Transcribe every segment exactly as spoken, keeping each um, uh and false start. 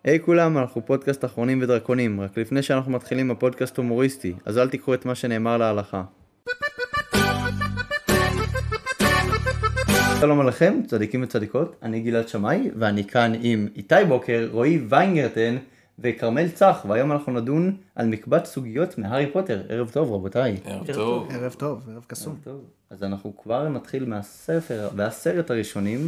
היי כולם, אנחנו פודקאסט אחרונים ודרקונים, רק לפני שאנחנו מתחילים הפודקאסט הומוריסטי, אז אל תיקחו את מה שנאמר להלכה. שלום עליכם, צדיקים וצדיקות, אני גלעד שמאי, ואני כאן עם איתי בוקר, רועי ויינגרטן וקרמל צח, והיום אנחנו נדון על מקבץ סוגיות מהארי פוטר. ערב טוב רבותיי. ערב טוב. ערב טוב, ערב קסום. אז אנחנו כבר נתחיל מהספר, והסרט הראשונים.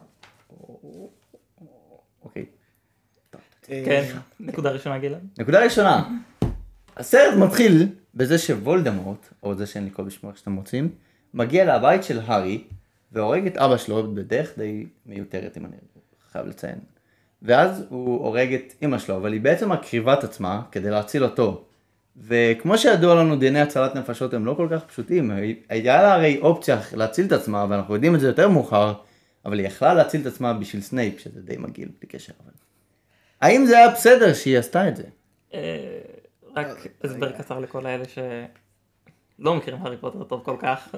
אוקיי. כן, נקודה ראשונה גלעד. נקודה ראשונה, הסרט מתחיל בזה שוולדמורט, או זה שאין לי כל בשמו איך שאתם רוצים, מגיע לבית של הארי, והורג את אבא שלו בדרך די מיותרת, אם אני חייב לציין. ואז הוא הורג את אמא שלו, אבל היא בעצם מקריבה את עצמה כדי להציל אותו. וכמו שידוע לנו, דיני הצלת נפשות הם לא כל כך פשוטים. היה לה הרי אופציה להציל את עצמה, ואנחנו יודעים את זה יותר מאוחר, אבל היא יכלה להציל את עצמה בשביל סנייפ, שזה די מגעיל בלי קשר. אבל... האם זה היה בסדר שהיא עשתה את זה? רק הסבר קצר לכל האלה שלא מכירים הארי פוטר טוב כל כך.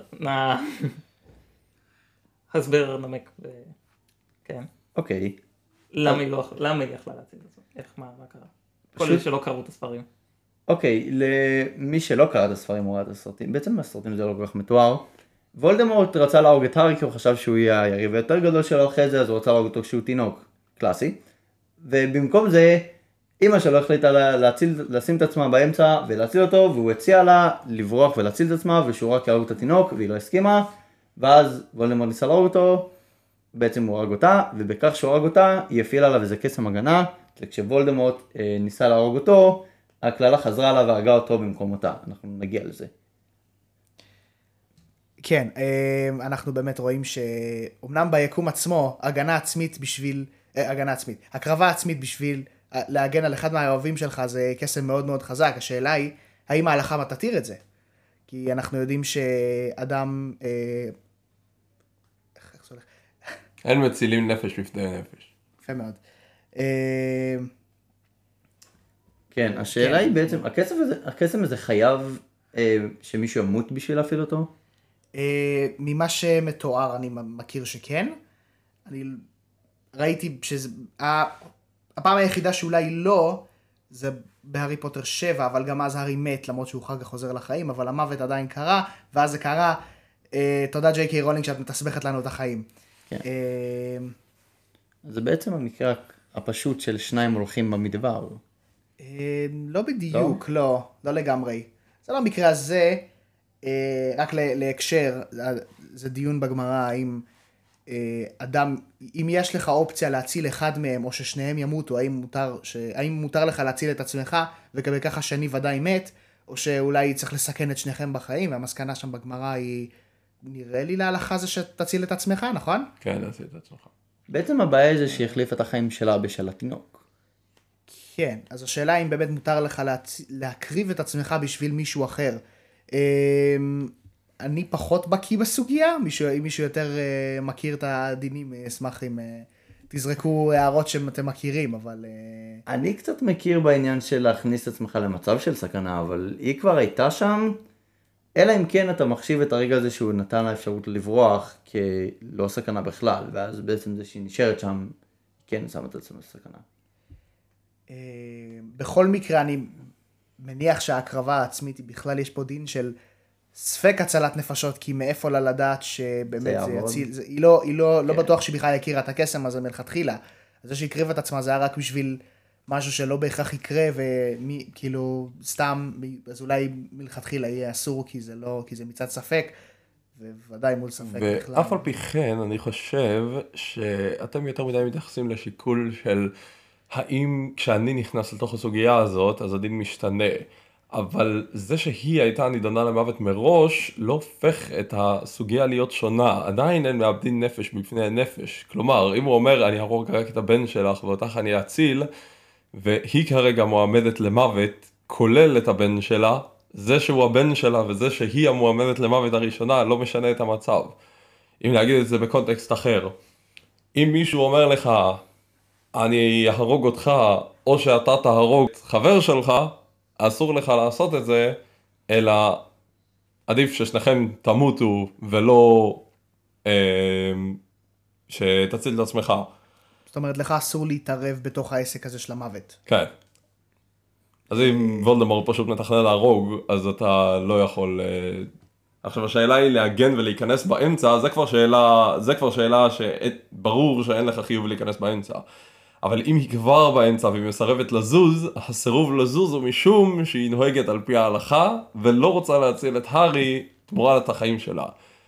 הסבר נמק. כן. אוקיי. למה היא לא למה היא יכלה להציל את זה? איך, מה קרה? כל אלה שלא קראו את הספרים. אוקיי, למי שלא קרא את הספרים או ראה את הסרטים, בעצם הסרטים זה לא כל כך מתואר. וולדמורט רצה להרוג את הארי כי הוא חשב שהוא יהיה היריב היותר גדול שלו אחרי זה, אז הוא רצה להרוג אותו כשהוא תינוק. קלאסי. ובמקום זה, אמא שלו החליטה להציל, לשים את עצמה באמצע ולהציל אותו, והוא הציע לה לברוח ולהציל את עצמה, ושהוא רק יהרוג את התינוק, והיא לא הסכימה, ואז וולדמורט ניסה להרוג אותו, בעצם הוא הרג אותה, ובכך שהוא הרג אותה, היא הפעילה עליו איזה קסם הגנה, וכשוולדמורט אה, ניסה להרוג אותו, הכללה חזרה עליו והרגה אותו במקום אותה. אנחנו נגיע לזה. כן, אנחנו באמת רואים שאומנם ביקום עצמו, הגנה עצמית בשביל, הגנה עצמית, הקרבה עצמית בשביל להגן על אחד מהאוהבים שלך זה קסם מאוד מאוד חזק. השאלה היא, האם ההלכה תתיר את זה? כי אנחנו יודעים שאדם... איך זה הולך? אין מצילים נפש בפני נפש. יפה מאוד. כן, השאלה היא בעצם, הקסם הזה חייב שמישהו ימות בשביל להפעיל אותו? ממה שמתואר אני מכיר שכן. אני ראיתי שזה... הפעם היחידה שאולי לא, זה בהארי פוטר שבע, אבל גם אז הארי מת, למרות שהוא אחר כך חוזר לחיים, אבל המוות עדיין קרה, ואז זה קרה. תודה ג'יי קיי רולינג שאת מתסבכת לנו את החיים. כן. זה בעצם המקרה הפשוט של שניים הולכים במדבר. לא בדיוק, לא, לא לגמרי. זה לא המקרה הזה, רק להקשר, זה דיון בגמרא, האם אדם, אם יש לך אופציה להציל אחד מהם, או ששניהם ימותו, האם מותר, האם מותר לך להציל את עצמך, וכבר ככה שני ודאי מת, או שאולי צריך לסכן את שניכם בחיים, והמסקנה שם בגמרא היא, נראה לי להלכה זה שתציל את עצמך, נכון? כן, תציל את עצמך. בעצם הבעיה זה שהחליף את החיים שלה בשל התינוק. כן, אז השאלה אם באמת מותר לך להצ... להקריב את עצמך בשביל מישהו אחר. אני פחות בקיא בסוגיה, מישהו, אם מישהו יותר מכיר את הדינים, אשמח אם תזרקו הערות שאתם מכירים, אבל... אני קצת מכיר בעניין של להכניס את עצמך למצב של סכנה, אבל היא כבר הייתה שם, אלא אם כן אתה מחשיב את הרגע הזה שהוא נתן לה אפשרות לברוח כלא סכנה בכלל, ואז בעצם זה שהיא נשארת שם, כן שמה את עצמה סכנה. בכל מקרה אני מניח שההקרבה העצמית היא בכלל יש פה דין של ספק הצלת נפשות, כי מאיפה לה לדעת שבאמת זה, זה יציל, זה, היא לא, היא לא, כן. לא בטוח שהיא בכלל הכירה את הקסם הזה מלכתחילה, אז זה שהקריבה את עצמה זה היה רק בשביל משהו שלא בהכרח יקרה, וכאילו סתם, אז אולי מלכתחילה יהיה אסור, כי זה לא, כי זה מצד ספק, וודאי מול ספק בכלל. ואף על פי כן אני חושב שאתם יותר מדי מתייחסים לשיקול של האם כשאני נכנס לתוך הסוגיה הזאת, אז הדין משתנה. אבל זה שהיא הייתה נידונה למוות מראש, לא הופך את הסוגיה להיות שונה. עדיין אין מאבדין נפש בפני נפש. כלומר, אם הוא אומר, אני אהרוג רק את הבן שלך, ואותך אני אציל, והיא כרגע מועמדת למוות, כולל את הבן שלה, זה שהוא הבן שלה וזה שהיא המועמדת למוות הראשונה, לא משנה את המצב. אם להגיד את זה בקונטקסט אחר, אם מישהו אומר לך, אני אהרוג אותך, או שאתה תהרוג חבר שלך, אסור לך לעשות את זה, אלא עדיף ששניכם תמותו ולא אה, שתציל את עצמך. זאת אומרת, לך אסור להתערב בתוך העסק הזה של המוות. כן. אז אם וולדמורט פשוט מתכנן להרוג, אז אתה לא יכול... עכשיו השאלה היא להגן ולהיכנס באמצע, זה כבר שאלה, זה כבר שאלה שברור שאין לך חיוב להיכנס באמצע. אבל אם היא כבר באמצע והיא מסרבת לזוז, הסירוב לזוז הוא משום שהיא נוהגת על פי ההלכה, ולא רוצה להציל את הארי תמורת החיים שלה.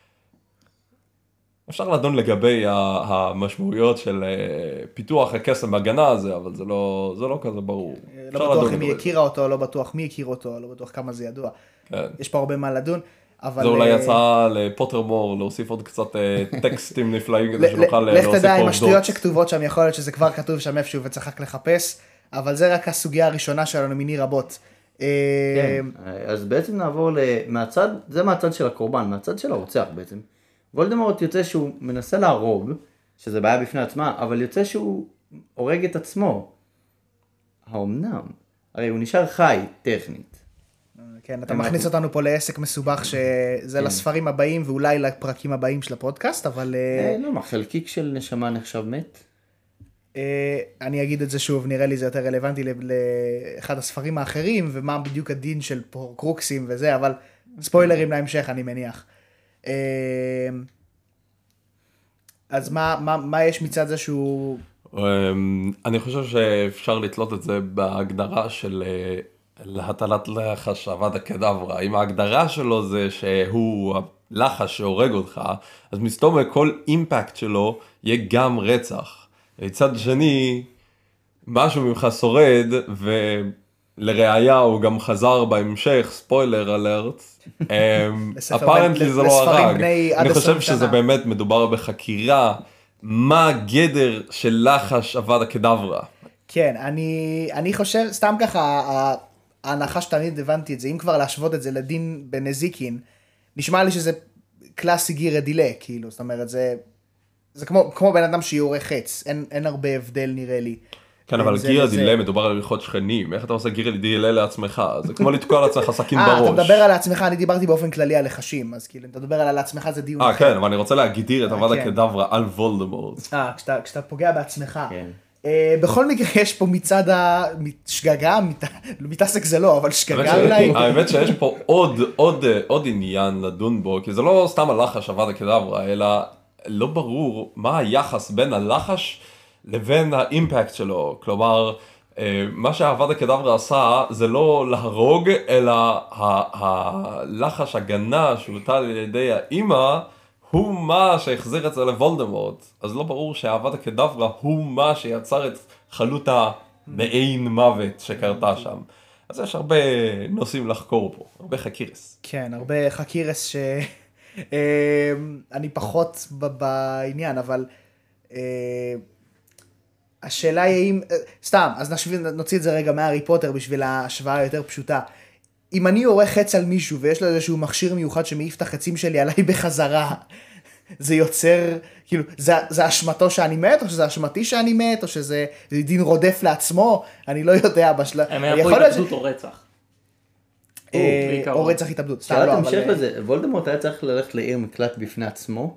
אפשר לדון לגבי המשמעויות של פיתוח הקסם בהגנה הזה, אבל זה לא, זה לא כזה ברור. לא בטוח אם היא הכירה אותו, לא בטוח מי הכיר אותו, לא בטוח כמה זה ידוע. כן. יש פה הרבה מה לדון. אבל... זה אולי יצא לפוטרמור להוסיף עוד קצת טקסטים נפלאים כדי שנוכל להוסיף פה לך תדע, עם עובדות. השטויות שכתובות שם, יכול להיות שזה כבר כתוב שם איפשהו וצריך רק לחפש, אבל זה רק הסוגיה הראשונה שלנו מיני רבות. כן, אז בעצם נעבור מהצד, זה מהצד של הקורבן, מהצד של הרוצח בעצם. וולדמורט יוצא שהוא מנסה להרוג, שזה בעיה בפני עצמה, אבל יוצא שהוא הורג את עצמו. האומנם? הרי הוא נשאר חי, טכנית. כן, אתה מכניס אותנו פה לעסק מסובך שזה לספרים הבאים ואולי לפרקים הבאים של הפודקאסט, אבל... לא, מה, חלקיק של נשמה נחשב מת? אני אגיד את זה שוב, נראה לי זה יותר רלוונטי לאחד הספרים האחרים, ומה בדיוק הדין של פורקרוקסים וזה, אבל ספוילרים להמשך, אני מניח. אז מה, מה, מה יש מצד זה שהוא... אני חושב שאפשר לתלות את זה בהגדרה של להטלת לחש אבדה קדברה. אם ההגדרה שלו זה שהוא הלחש שהורג אותך, אז מסתובב כל אימפקט שלו יהיה גם רצח. מצד שני, משהו ממך שורד, ולראיה הוא גם חזר בהמשך, ספוילר אלרט, אפרנטלי זה לא הרג. אני חושב שזה באמת מדובר בחקירה, מה הגדר של לחש אבדה קדברה. כן, אני, אני חושב, סתם ככה, ההנחה שתמיד הבנתי את זה, אם כבר להשוות את זה לדין בנזיקין, נשמע לי שזה קלאסי גירה דילה, כאילו, זאת אומרת, זה... זה כמו, כמו בן אדם שיורה חץ, אין, אין הרבה הבדל נראה לי. כן, אבל גירה דילה מדובר על ריחות שכנים, איך אתה עושה גירה דילה לעצמך? זה כמו לתקוע לעצמך סכין בראש. אה, אתה מדבר על עצמך, אני דיברתי באופן כללי על לחשים, אז כאילו, אתה מדבר על עצמך זה דיון אחר. אה, כן, אבל אני רוצה להגדיר את אבדה קדברה על וולדמורט. אה, כשאתה, כשאתה פוגע בעצמך. כן. בכל מקרה יש פה מצד השגגה, מתעסק זה לא, אבל שגגה אולי. האמת שיש פה עוד, עוד, עוד עניין לדון בו, כי זה לא סתם הלחש אבדה קדברה, אלא לא ברור מה היחס בין הלחש לבין האימפקט שלו. כלומר, מה שהאבדה קדברה עשה זה לא להרוג, אלא הלחש הגנה שהוטל על ידי האמא, הוא מה שהחזיר את זה לוולדמורט. אז לא ברור שהאבדה קדברה הוא מה שיצר את חלות המעין מוות שקרתה שם. אז יש הרבה נושאים לחקור פה, הרבה חקירס. כן, הרבה חקירס ש... אני פחות בעניין, אבל השאלה היא אם... סתם, אז נוציא את זה רגע מהארי פוטר בשביל ההשוואה היותר פשוטה. אם אני עורך חץ על מישהו ויש לו איזשהו מכשיר מיוחד שמעיף את החצים שלי עליי בחזרה, זה יוצר, כאילו, זה, זה אשמתו שאני מת, או שזה אשמתי שאני מת, או שזה דין רודף לעצמו, אני לא יודע בשלב. הם היה פה התאבדות או רצח. או רצח התאבדות. שאלת המשך לזה, וולדמורט היה צריך ללכת לעיר מקלט בפני עצמו?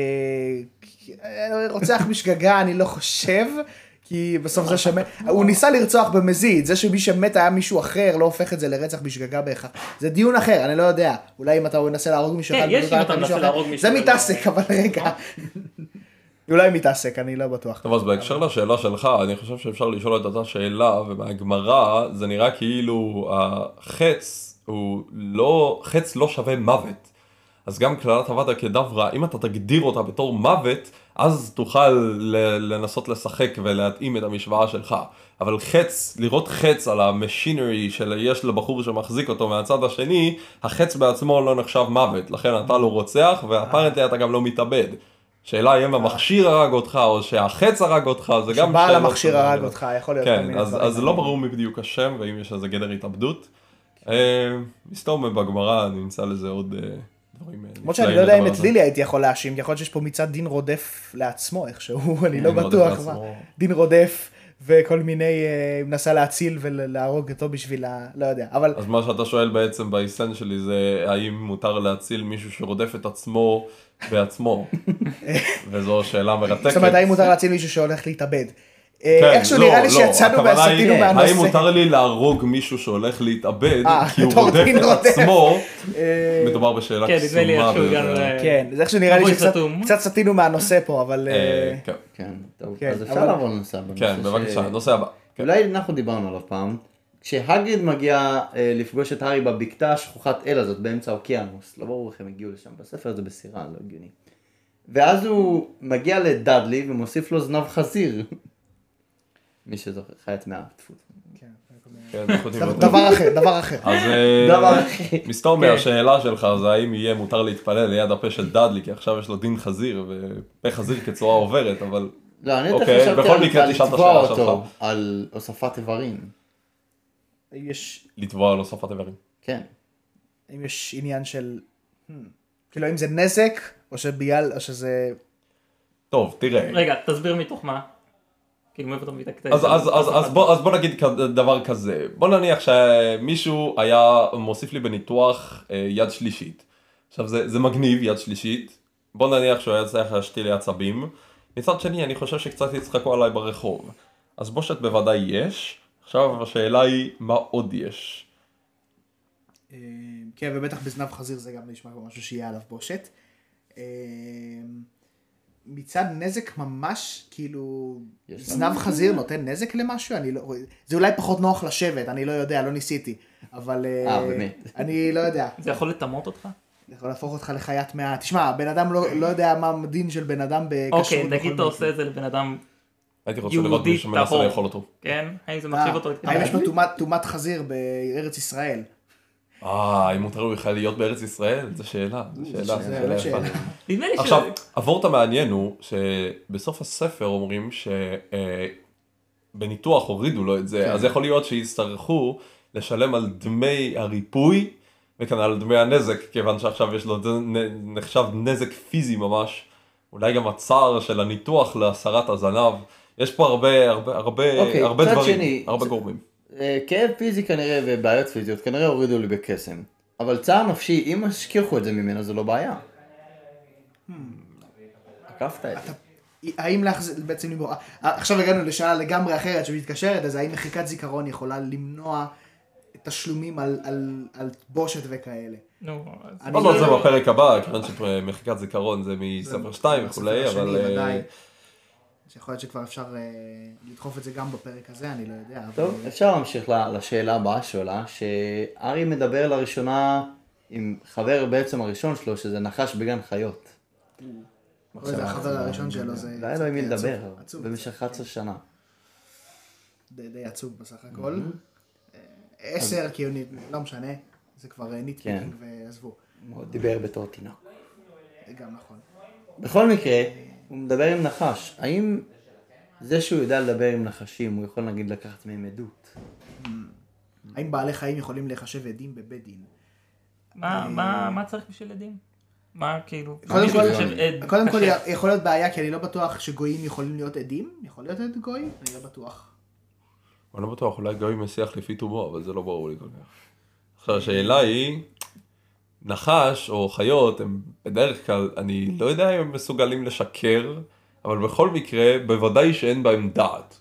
רוצח בשגגה, אני לא חושב. כי בסוף זה שמת, הוא ניסה לרצוח במזיד, זה שמי שמת היה מישהו אחר, לא הופך את זה לרצח בשגגה בהכרח. זה דיון אחר, אני לא יודע. אולי אם אתה מנסה להרוג מישהו אחד, כן, יש אם אתה מנסה להרוג מישהו. זה מתעסק, אבל רגע. אולי מתעסק, אני לא בטוח. טוב, אז בהקשר לשאלה שלך, אני חושב שאפשר לשאול את אותה שאלה, ומהגמרא זה נראה כאילו החץ הוא לא, חץ לא שווה מוות. אז גם כללת אבדה קדברה, אם אתה תגדיר אותה בתור מוות, אז תוכל לנסות לשחק ולהתאים את המשוואה שלך. אבל חץ, לראות חץ על המשינרי שיש לבחור שמחזיק אותו מהצד השני, החץ בעצמו לא נחשב מוות, לכן אתה לא רוצח, ואפרנטלי אתה גם לא מתאבד. שאלה אם המכשיר הרג אותך, או שהחץ הרג אותך, זה גם... שבעל המכשיר הרג אותך, יכול להיות... כן, אז לא ברור מבדיוק השם, ואם יש איזה גדר התאבדות. מסתום בגמרא, נמצא לזה עוד... למרות שאני לא יודע אם את לילי הייתי יכול להאשים, כי יכול להיות שיש פה מצד דין רודף לעצמו איכשהו, אני לא בטוח מה. דין רודף, וכל מיני, אה, מנסה להציל ולהרוג אותו בשביל ה... לא יודע, אבל... אז מה שאתה שואל בעצם באיסן שלי זה האם מותר להציל מישהו שרודף את עצמו בעצמו, וזו שאלה מרתקת. זאת אומרת, האם מותר להציל מישהו שהולך להתאבד? כן, איכשהו נראה לי שיצאנו ועשינו מהנושא. האם מותר לי להרוג מישהו שהולך להתאבד, אה, כי הוא בתור רודף דין את רודף. עצמו, אה, מדובר בשאלה כן, נדמה לי קסומה איכשהו ביותר. הגענו ל- כן, זה איכשהו נראה לי מבוי שקצת סתום. קצת סטינו מהנושא פה, אבל... אה, אה, כן. כן, טוב. כן, אז אפשר אבל- לעבור לנושא הבא. כן, נושא בבקשה, ש- נושא הבא. כן. אולי אנחנו דיברנו עליו פעם. כשהגריד מגיע אה, לפגוש את הארי בבקתה השכוחת אל הזאת באמצע האוקיינוס, לא ברור איך הם הגיעו לשם, בספר זה בסירה, לא הגיוני. ואז הוא מגיע לדאדלי ומוסיף לו זנב חזיר. מי שזוכר, חיית מהטפות. כן, זכות דבר- עברית. דבר אחר, דבר אחר. אז אה, דבר אחר. מסתום כן. מהשאלה שלך זה האם יהיה מותר להתפלל ליד הפה של דאדלי, כי עכשיו יש לו דין חזיר, ופה חזיר כצורה עוברת, אבל לא, אני יותר אוקיי, חשבתי בכל על מקרה על תשאל את לתבוע השאלה אותו, שלך. על הוספת איברים. יש, לתבוע על הוספת איברים. כן. אם יש עניין של... hmm, כאילו, אם זה נזק, או שבגלל, או שזה... טוב, תראה. רגע, תסביר מתוך מה. כאילו מאיפה אתה מביא את הקטע. אז, אז, אז, אז, בוא, אז בוא נגיד כ- דבר כזה, בוא נניח שמישהו היה מוסיף לי בניתוח אה, יד שלישית. עכשיו זה, זה מגניב יד שלישית, בוא נניח שהוא היה צריך להשתיל לי עצבים, מצד שני אני חושב שקצת יצחקו עליי ברחוב, אז בושת בוודאי יש, עכשיו השאלה היא מה עוד יש. אה, כן, ובטח בזנב חזיר זה גם נשמע כמו משהו שיהיה עליו בושת. אה, מצד נזק ממש, כאילו, יש זנב חזיר נותן נזק למשהו? אני לא... זה אולי פחות נוח לשבת, אני לא יודע, לא ניסיתי. אבל... אה, באמת? אני לא יודע. זה יכול לטמות אותך? זה יכול להפוך אותך לחיית מעט. תשמע, בן אדם לא, לא יודע מה הדין של בן אדם בכשרות. אוקיי, נגיד בכל אתה מקרה. עושה את זה לבן אדם, הייתי רוצה לראות יהודי מישהו מנסה טהור. לאכול אותו. כן? האם זה אה, מחשיב אותו? האם יש לו טומאת- טומאת חזיר בארץ ישראל? אה, אם מותר לו בכלל להיות בארץ ישראל? זו שאלה, זו שאלה, זו זה שאלה באמת יפה. שאלה. נדמה לי ש... עכשיו, הוורט המעניין הוא שבסוף הספר אומרים שבניתוח הורידו לו את זה, כן. אז יכול להיות שיצטרכו לשלם על דמי הריפוי וכאן על דמי הנזק, כיוון שעכשיו יש לו נ- נחשב נזק פיזי ממש, אולי גם הצער של הניתוח להסרת הזנב, יש פה הרבה, הרבה, הרבה, אוקיי, הרבה צד דברים, שני, הרבה צ- גורמים. אה, כאב פיזי כנראה ובעיות פיזיות כנראה הורידו לי בקסם. אבל צער נפשי, אם השכיחו את זה ממנו זה לא בעיה. עקפת את זה. האם להחזיר, בעצם למרוא... עכשיו הגענו לשאלה לגמרי אחרת שמתקשרת, אז האם מחיקת זיכרון יכולה למנוע תשלומים על, על, על בושת וכאלה? נו, אז... אני לא, לא, לא- זה בפרק הבא, כיוון שמחיקת זיכרון זה מספר שתיים וכולי, בספר אבל... השני, אה, ודאי. שיכול להיות שכבר אפשר אה, לדחוף את זה גם בפרק הזה, אני לא יודע. אבל- טוב, אפשר להמשיך ל- לשאלה הבאה שעולה, שארי מדבר לראשונה עם חבר בעצם הראשון שלו, שזה נחש בגן חיות. אוי, זה החבר הראשון שלו, זה... לא היה לו עם מי קצת עצוב, לדבר, עצוב, במשך אחת עשרה שנה. די די עצוב בסך הכל. אה, עשר, כי הוא נ- לא משנה, זה כבר כן. ניטפיקינג ועזבו. הוא דיבר בתור תינוק. גם נכון. בכל מקרה, הוא מדבר עם נחש. האם זה שהוא יודע לדבר עם נחשים, הוא יכול נגיד לקחת מהם עדות? האם בעלי חיים יכולים להיחשב עדים בבית דין? מה- מה מה צריך בשביל עדים? מה כאילו? קודם מישהו כל- חושב עד קודם כל קשה. יכול להיות בעיה, כי אני לא בטוח שגויים יכולים להיות עדים. יכול להיות עד גוי? אני לא בטוח. אני לא בטוח, אולי גוי מסיח לפי תומו, אבל זה לא ברור לי כל כך. עכשיו השאלה היא, נחש או חיות הם בדרך כלל, אני לא יודע אם הם מסוגלים לשקר, אבל בכל מקרה, בוודאי שאין בהם דעת.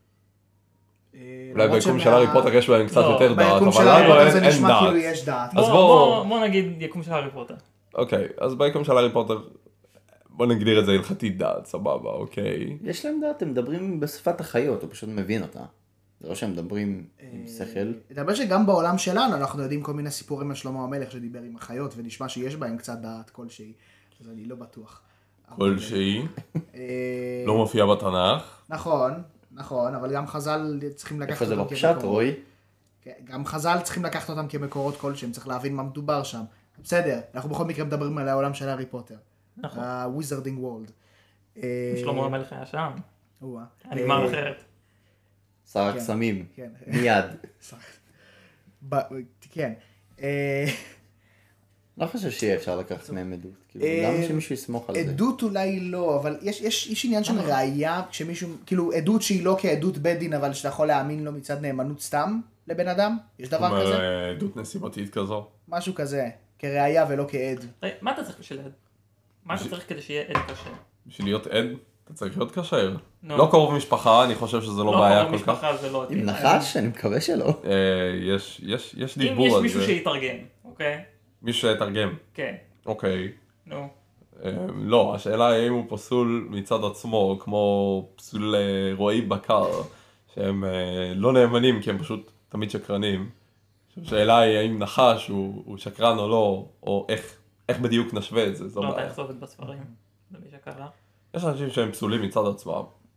אולי ביקום של הארי פוטר יש בהם קצת לא, יותר דעת, ביקום אבל של הארי לנו פוטר אין זה אין נשמע כאילו דעת. יש דעת. אז בוא- בוא- בוא בוא נגיד יקום של הארי פוטר. אוקיי, אז ביקום של הארי פוטר, בוא נגדיר את זה הלכתית דעת, סבבה, אוקיי. יש להם דעת, הם מדברים בשפת החיות, הוא פשוט מבין אותה. זה לא שהם מדברים עם שכל. לדבר שגם בעולם שלנו אנחנו יודעים כל מיני סיפורים על שלמה המלך שדיבר עם החיות ונשמע שיש בהם קצת דעת כלשהי, אז אני לא בטוח. כלשהי, אה, לא מופיע בתנ"ך. נכון, נכון, אבל גם חז"ל צריכים לקחת איפה זה אותם בפשט, רועי? כן, גם חז"ל צריכים לקחת אותם כמקורות כלשהם, צריך להבין מה מדובר שם. בסדר, אנחנו בכל מקרה מדברים על העולם של הארי פוטר. נכון. ה-Wizarding World. אה, שלמה המלך היה שם. או-אה. היה נגמר אה, אחרת. שר הקסמים. כן. מיד. ב- כן. אה, לא חושב שיהיה אפשר לקחת מהם עדות. כאילו, למה שמישהו יסמוך על זה? עדות אולי לא, אבל יש, יש, יש עניין של ראייה, כשמישהו, כאילו עדות שהיא לא כעדות בית דין, אבל שאתה יכול להאמין לו מצד נאמנות סתם לבן אדם? יש דבר כזה? עדות נסיבתית כזו. משהו כזה, כראייה ולא כעד. מה אתה צריך בשביל עד? מה אתה צריך כדי שיהיה עד קשה? בשביל להיות עד, אתה צריך להיות כשר. לא קרוב משפחה, אני חושב שזה לא בעיה כל כך. לא קרוב משפחה זה לא... עם נחש? אני מקווה שלא. יש אם דיבור יש על זה. מישהו שיתרגם, אוקיי? מישהו שיתרגם. כן. אוקיי. נו. לא, השאלה היא אם הוא פסול מצד עצמו, כמו פסול רועי בקר, שהם לא נאמנים כי הם פשוט תמיד שקרנים. השאלה היא האם נחש הוא שקרן או לא, או איך בדיוק נשווה את זה. לא, אתה איך זה עובד בספרים, למי שקרה. יש אנשים שהם פסולים מצד עצמם.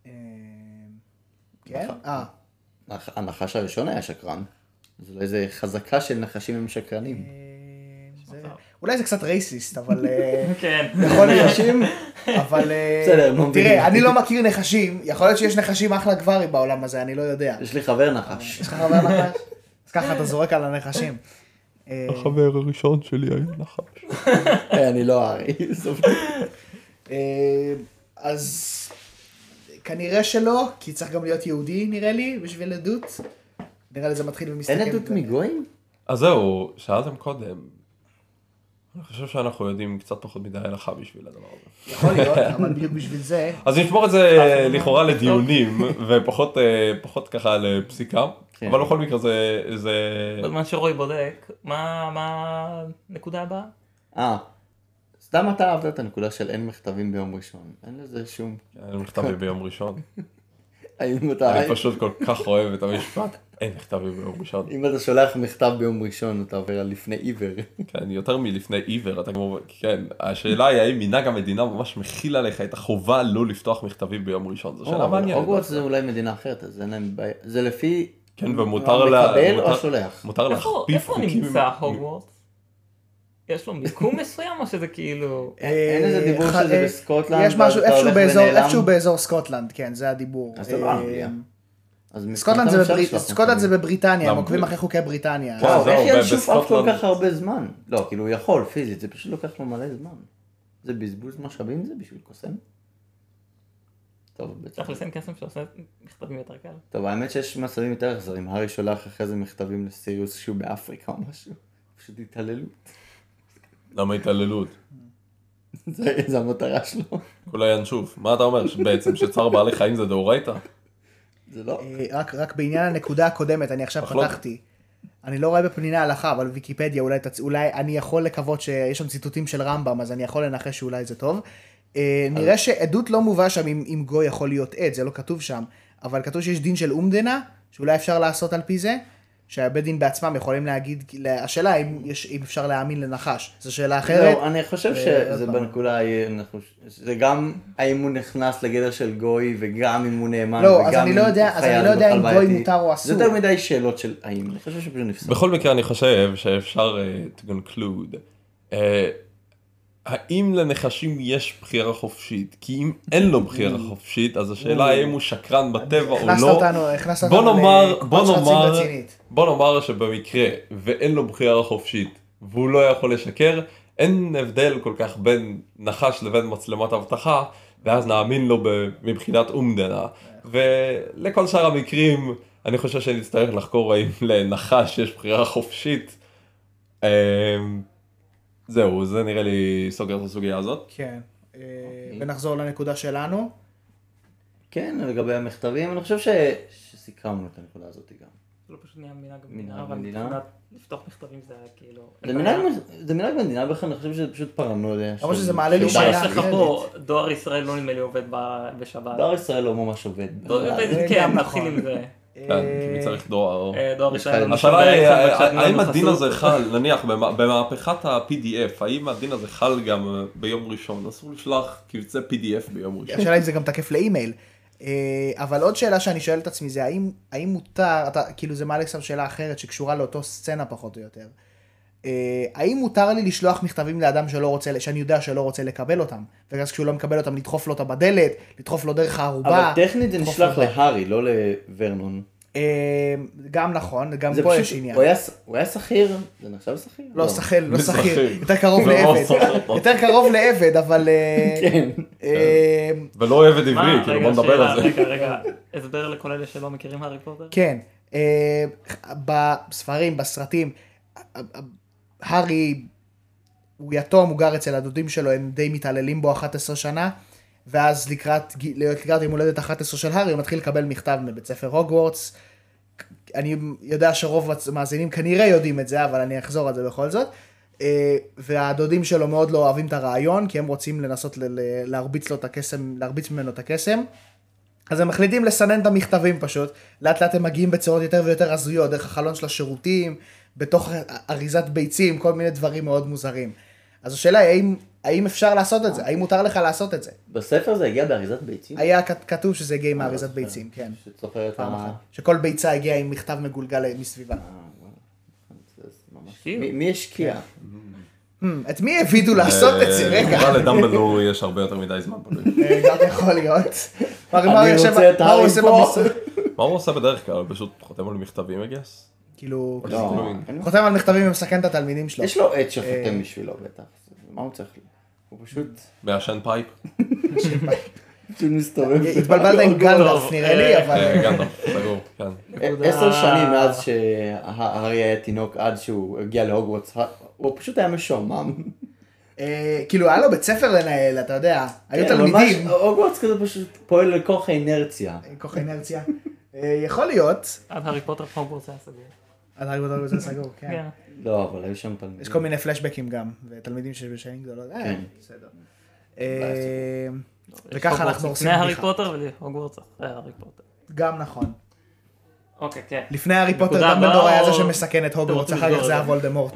כן? אה. הנחש הראשון היה שקרן. זה לא איזה חזקה של נחשים הם שקרנים. אולי זה קצת רייסיסט, אבל... כן. יכול נחשים, אבל... בסדר, נו. תראה, אני לא מכיר נחשים, יכול להיות שיש נחשים אחלה גברים בעולם הזה, אני לא יודע. יש לי חבר נחש. יש לך חבר נחש? אז ככה אתה זורק על הנחשים. החבר הראשון שלי היה נחש. אני לא ארי. אז כנראה שלא, כי צריך גם להיות יהודי נראה לי, בשביל עדות. נראה לי זה מתחיל ומסתכל. אין עדות מגויים? אז זהו, שאלתם קודם. אני חושב שאנחנו יודעים קצת פחות מדי הלכה בשביל הדבר הזה. יכול להיות, אבל בדיוק בשביל זה. אז נשמור את זה לכאורה לדיונים, ופחות ככה לפסיקה. אבל בכל מקרה זה... בזמן שרוי בודק, מה הנקודה הבאה? אה, סתם אתה אהבת את הנקודה של אין מכתבים ביום ראשון. אין לזה שום... אין מכתבים ביום ראשון. אני פשוט כל כך אוהב את המשפט. אין מכתבים ביום ראשון. אם אתה שולח מכתב ביום ראשון, אתה עובר על לפני עיוור. כן, יותר מלפני עיוור, אתה כמו... כן, השאלה היא האם מנהג המדינה ממש מכיל עליך את החובה לא לפתוח מכתבים ביום ראשון. זו שאלה מעניינת. הוגוורטס זה אולי מדינה אחרת, אז אין להם בעיה. זה לפי... כן, ומותר המקבל או השולח? מותר להכפיף חוקים. איפה נמצא הוגוורטס? יש לו מיקום מסוים או שזה כאילו... אין איזה דיבור שזה בסקוטלנד? יש משהו איפשהו באזור סקוטלנד, כן, זה הדיבור. אז זה לא אנגליה. סקוטלנד זה בבריטניה, הם עוקבים אחרי חוקי בריטניה. וואו, איך ינשוף אף כל כך הרבה זמן? לא, כאילו הוא יכול, פיזית, זה פשוט לוקח לו מלא זמן. זה בזבוז משאבים זה בשביל קוסם? טוב, צריך לסיים קסם שעושה מכתבים יותר קל. טוב, האמת שיש מצבים יותר אכזרים. הארי שולח אחרי זה מכתבים לסיריוס שהוא באפריקה או משהו. פשוט התעללות. למה התעללות? זה המטרה שלו. כולה ינשוף. מה אתה אומר? בעצם שצער בעלי חיים זה דאורייתא? זה לא. רק בעניין הנקודה הקודמת, אני עכשיו פתחתי. אני לא רואה בפניני ההלכה, אבל ויקיפדיה אולי אני יכול לקוות שיש שם ציטוטים של רמב"ם, אז אני יכול לנחש שאולי זה טוב. נראה שעדות לא מובא שם אם גוי יכול להיות עד, זה לא כתוב שם, אבל כתוב שיש דין של אומדנה, שאולי אפשר לעשות על פי זה, שהבית דין בעצמם יכולים להגיד, השאלה אם אפשר להאמין לנחש, זו שאלה אחרת. לא, אני חושב שזה בנקודה, זה גם האם הוא נכנס לגדר של גוי, וגם אם הוא נאמן, לא, אז אני לא יודע אם גוי מותר או אסור. זה יותר מדי שאלות של האם, אני חושב שפשוט נפסק. בכל מקרה אני חושב שאפשר to conclude, האם לנחשים יש בחירה חופשית? כי אם אין לו בחירה חופשית, אז השאלה האם הוא שקרן בטבע או לא. בוא נאמר, בוא נאמר, בוא נאמר שבמקרה ואין לו בחירה חופשית והוא לא יכול לשקר, אין הבדל כל כך בין נחש לבין מצלמת אבטחה, ואז נאמין לו מבחינת אומדנה. ולכל שאר המקרים, אני חושב שנצטרך לחקור האם לנחש יש בחירה חופשית. זהו, זה נראה לי סוגר את הסוגיה הזאת. כן, ונחזור לנקודה שלנו. כן, לגבי המכתבים, אני חושב שסיכמנו את הנקודה הזאת גם. זה לא פשוט נהיה מנהג המדינה, אבל מבחינת לפתוח מכתבים זה היה כאילו... זה מנהג במדינה, בכלל אני חושב שזה פשוט פרנויה. אבל שזה מעלה לי שאלה. יש לך פה, דואר ישראל לא נדמה לי עובד בשבת. דואר ישראל לא ממש עובד. כן, נתחיל עם זה. כן, כי צריך דואר. דואר ישראל. השאלה היא, האם הדין הזה חל, נניח, במהפכת ה-פי די אף, האם הדין הזה חל גם ביום ראשון? אסור לשלוח קבצי פי די אף ביום ראשון. השאלה אם זה גם תקף לאימייל. אבל עוד שאלה שאני שואל את עצמי זה, האם מותר, כאילו זה מעלה עכשיו שאלה אחרת שקשורה לאותו סצנה פחות או יותר. האם מותר לי לשלוח מכתבים לאדם שלא רוצה, שאני יודע שלא רוצה לקבל אותם, ואז כשהוא לא מקבל אותם, לדחוף לו אותה בדלת, לדחוף לו דרך הערובה. אבל טכנית זה נשלח להארי, לא לוורנון. אה, גם נכון, גם זה פה פשוט- יש עניין. הוא היה ש- הוא היה שכיר? זה נחשב שכיר? לא, שכיר, לא מי שכיר, שכיר? יותר קרוב לא, לעבד. שכיר. יותר קרוב לעבד, אבל... אה, כן. אה, ולא עבד מה, עברי, כאילו רגע, בוא נדבר שאלה, על זה. רגע, רגע, הסבר לכל אלה שלא מכירים הארי פוטר? כן, אה, בספרים, בסרטים, הארי הוא יתום, הוא גר אצל הדודים שלו, הם די מתעללים בו אחת עשרה שנה, ואז לקראת, לקראת יום הולדת אחת עשרה של הארי, הוא מתחיל לקבל מכתב מבית ספר הוגוורטס. אני יודע שרוב המאזינים כנראה יודעים את זה, אבל אני אחזור על זה בכל זאת. אה, והדודים שלו מאוד לא אוהבים את הרעיון, כי הם רוצים לנסות ל- ל- להרביץ לו את הקסם, להרביץ ממנו את הקסם. אז הם מחליטים לסנן את המכתבים פשוט. לאט לאט הם מגיעים בצורות יותר ויותר הזויות, דרך החלון של השירותים, בתוך אריזת ביצים, כל מיני דברים מאוד מוזרים. אז השאלה היא, האם, האם אפשר לעשות את זה? האם מותר לך לעשות את זה? בספר זה הגיע באריזת ביצים? היה כ- כתוב שזה הגיע עם אריזת ביצים, כן. שצופר את פעם ה... אחת. שכל ביצה הגיעה עם מכתב מגולגל מסביבה. אה, וואו. זה ממש- שיר. מי- מי השקיע? Hmm, את מי העבידו לעשות את זה? רגע. נראה לדמבלדור יש הרבה יותר מדי זמן פנוי. אה, גם יכול להיות. מה אני הוא יושב- רוצה את מה הוא הארי עושה פה. במשרד? מה הוא עושה בדרך כלל? הוא פשוט חותם על מכתבים, I guess? כאילו, לא, אין- חותם על מכתבים ומסכן את התלמידים שלו. יש לו עט שחותם בשבילו בטח. מה הוא צריך? הוא פשוט... מעשן פייפ? פשוט מסתובב. התבלבלת עם גלדף נראה לי, אבל... אה, גנדלף, סגור, כן. עשר שנים מאז שהארי היה תינוק עד שהוא הגיע להוגוורטס, הוא פשוט היה משועמם. אה, כאילו היה לו בית ספר לנהל, אתה יודע, היו כן, תלמידים. ממש, הוגוורטס כזה פשוט פועל לכוח האינרציה. כוח האינרציה. אה, יכול להיות. עד הארי פוטר הוגוורטס היה סגור. עד הרגע אותו זה סגור, כן. כן. לא, אבל היו שם תלמידים. יש כל מיני פלשבקים גם, ותלמידים שבשנים גדולות. אה, כן. בסדר. אה, וככה אנחנו עושים לפני הארי בדיחה. פוטר והוגוורטס אחרי הארי פוטר. גם נכון. אוקיי, כן. לפני הארי פוטר נקודה דמבלדור הבאה, היה זה או- שמסכן את הוגוורטס, אתם אחר רוצים כך זה היה לסגור את וולדמורט.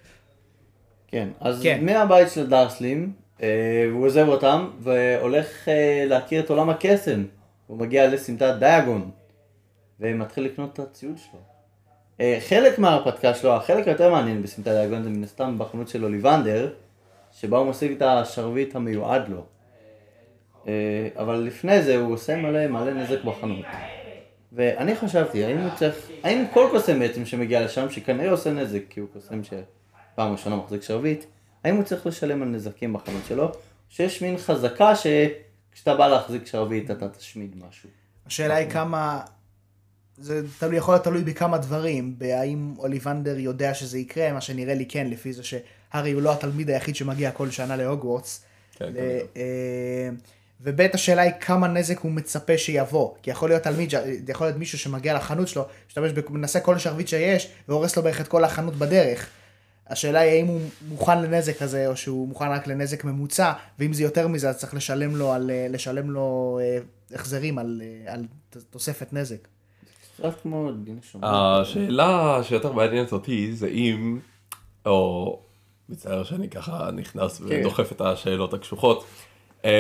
כן, אז כן. מהבית של דרסלים, אה, הוא עוזב אותם והולך אה, להכיר את עולם הקסם. הוא מגיע לסמטת דיאגון ומתחיל לקנות את הציוד שלו. אה, חלק מההרפתקה שלו, החלק היותר מעניין בסמטת דיאגון זה מן הסתם בחנות של אוליבנדר, שבה הוא משיג את השרביט המיועד לו. אה, אבל לפני זה הוא עושה מלא מלא נזק בחנות. ואני חשבתי, האם הוא צריך, האם כל קוסם בעצם שמגיע לשם, שכנראה עושה נזק כי הוא קוסם שפעם ראשונה מחזיק שרביט, האם הוא צריך לשלם על נזקים בחנות שלו, שיש מין חזקה שכשאתה בא להחזיק שרביט אתה תשמיד משהו. השאלה היא כמה, זה תלוי, יכול להיות תלוי בכמה דברים, בהאם אוליבנדר יודע שזה יקרה, מה שנראה לי כן, לפי זה שהארי הוא לא התלמיד היחיד שמגיע כל שנה להוגוורטס. כן, ל- כנראה. אה, ובית השאלה היא כמה נזק הוא מצפה שיבוא, כי יכול להיות תלמיד, ש- יכול להיות מישהו שמגיע לחנות שלו, משתמש, בכ- מנסה כל שרביט שיש, והורס לו בערך את כל החנות בדרך. השאלה היא האם הוא מוכן לנזק הזה, או שהוא מוכן רק לנזק ממוצע, ואם זה יותר מזה, אז צריך לשלם לו, על, אה, לשלם לו אה, החזרים על, אה, על ת- תוספת נזק. קצת כמו דין השומר. השאלה שיותר מעניינת אותי זה אם, או מצטער שאני ככה נכנס ודוחף את השאלות הקשוחות, אמ,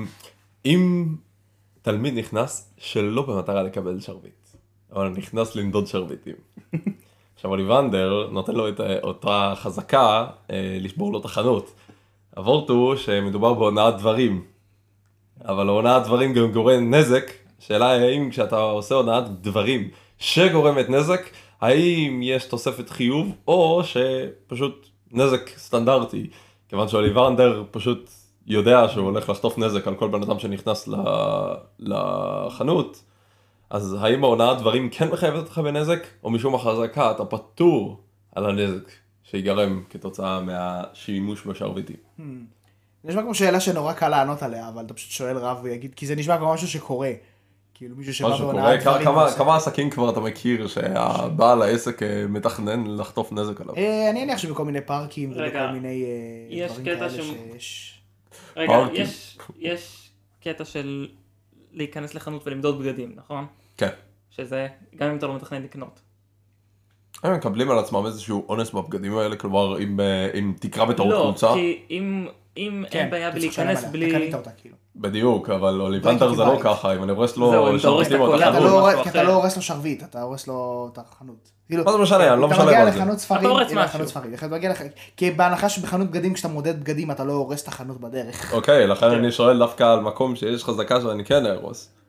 אם תלמיד נכנס שלא במטרה לקבל שרביט, אבל נכנס לנדוד שרביטים. עכשיו אוליבנדר נותן לו את אותה חזקה אה, לשבור לו את החנות. הוורט הוא שמדובר בהונאת דברים, אבל הונאת דברים גם גורם נזק. שאלה האם כשאתה עושה הונאת דברים שגורמת נזק, האם יש תוספת חיוב או שפשוט נזק סטנדרטי, כיוון שאוליבנדר פשוט יודע שהוא הולך לחטוף נזק על כל בן אדם שנכנס לחנות, אז האם ההונאת דברים כן מחייבת אותך בנזק, או משום החזקה אתה פטור על הנזק שיגרם כתוצאה מהשימוש בשרביטים? זה נשמע כמו שאלה שנורא קל לענות עליה, אבל אתה פשוט שואל רב ויגיד, כי זה נשמע כמו משהו שקורה. כאילו מישהו שבא משהו בהונאת קורה, דברים. כמה, ועושה. כמה עסקים כבר אתה מכיר שהבעל העסק אה, מתכנן לחטוף נזק עליו? אה, אני מניח שבכל מיני פארקים רגע, ובכל מיני אה, יש דברים קטע כאלה ש- שיש... רגע, פארקים. יש, יש קטע של להיכנס לחנות ולמדוד בגדים, נכון? כן. שזה, גם אם אתה לא מתכנן לקנות. הם מקבלים על עצמם איזשהו אונס בבגדים האלה, כלומר אם, אה, אם תקרא בטעות לא, קבוצה, כי אם, אם כן, אין בעיה אתה צריך לשלם בלהיכנס עליה, בלי... אתה קנית אותה כאילו. בדיוק, אבל אוליבנדר זה לא בית. ככה, אם אני הורס זהו, אם לו אתה הורס שרביטים את או את הכל, אתה החנות. לא משהו הורס- כי אתה אחר. לא הורס לו שרביט, אתה הורס לו את החנות. כאילו, מה זה משנה, אני לא אתה משלם מגיע על זה. לחנות ספרים, אתה הורס הנה, משהו. לחנות ספרים, אתה מגיע לח- כי בהנחה שבחנות בגדים כשאתה מודד בגדים אתה לא הורס את החנות בדרך. אוקיי, לכן אני שואל דווקא על מקום שיש חזקה שאני כן ארוס.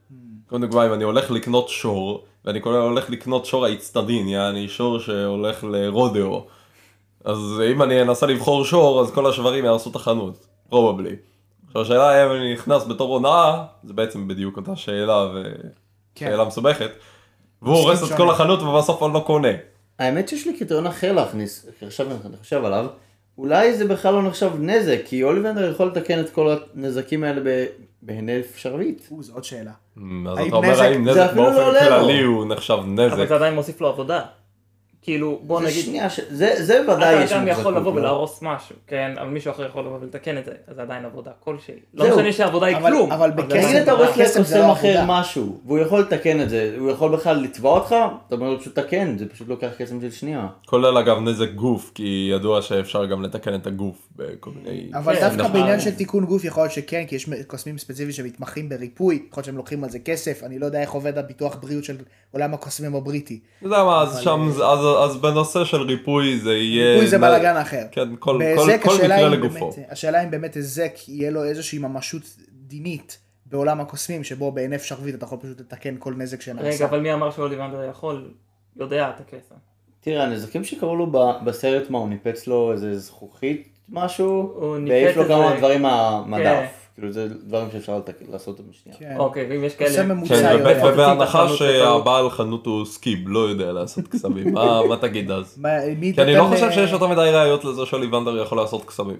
כמו דוגמה, אם אני הולך לקנות שור, ואני הולך לקנות שור האצטדין, יעני שור שהולך לרודאו, אז אם אני אנסה לבחור שור, אז כל השברים יעשו את החנות, probably. עכשיו השאלה אם אני נכנס בתור הונאה, זה בעצם בדיוק אותה שאלה, ושאלה מסובכת, והוא הורס את כל החנות ובסוף אני לא קונה. האמת שיש לי קריטריון אחר להכניס, עכשיו אני חושב עליו, אולי זה בכלל לא נחשב נזק, כי אוליבנדר יכול לתקן את כל הנזקים האלה בהינף שרביט. זו עוד שאלה. אז אתה אומר האם נזק באופן כללי הוא נחשב נזק. אבל זה עדיין מוסיף לו עבודה. כאילו, בוא נגיד... שנייה, זה ודאי יש... אתה גם יכול לבוא ולהרוס משהו, כן? אבל מישהו אחר יכול לבוא ולתקן את זה, אז זה עדיין עבודה כלשהי. לא משנה שהעבודה היא כלום. אבל נגיד אתה הולך לקוסם אחר משהו, והוא יכול לתקן את זה, הוא יכול בכלל לתבוע אותך, אתה אומר לו פשוט תקן, זה פשוט לוקח קסם של שנייה. כולל אגב נזק גוף, כי ידוע שאפשר גם לתקן את הגוף בכל מיני... אבל דווקא בעניין של תיקון גוף יכול להיות שכן, כי יש קוסמים ספציפיים שמתמחים בריפוי, יכול להיות שהם לוקחים על זה כסף, אני לא יודע איך עובד הביטוח בריאות של עולם הקוסמים הבריטי. אתה יודע מה, אז שם, אז בנושא של ריפוי זה יהיה... ריפוי זה בלגן אחר. כן, כל מקרה לגופו. השאלה אם באמת היזק יהיה לו איזושהי ממשות דינית בעולם הקוסמים, שבו בהינף שרביט אתה יכול פשוט לתקן כל נזק שנעשה. רגע, אבל מי אמר שאוליבנדר יכול? יודע את הקסם. תראה, הנזקים שקראו לו בסרט, מה, הוא ניפץ לו איזה זכוכית משהו? הוא ניפץ והעיף לו איזה... כמה דברים מהמדף. כן. כאילו זה דברים שאפשר לעשות אותם בשנייה. כן. אוקיי, ואם יש קוסם כאלה... ממוצע כן, יודע. ובהנחה שהבעל חנות הוא סקיב, לא יודע לעשות קסמים, מה מה תגיד אז? מה, מי כי אני תתן לא חושב ל- שיש יותר מדי ראיות לזה שאוליבנדר יכול לעשות קסמים.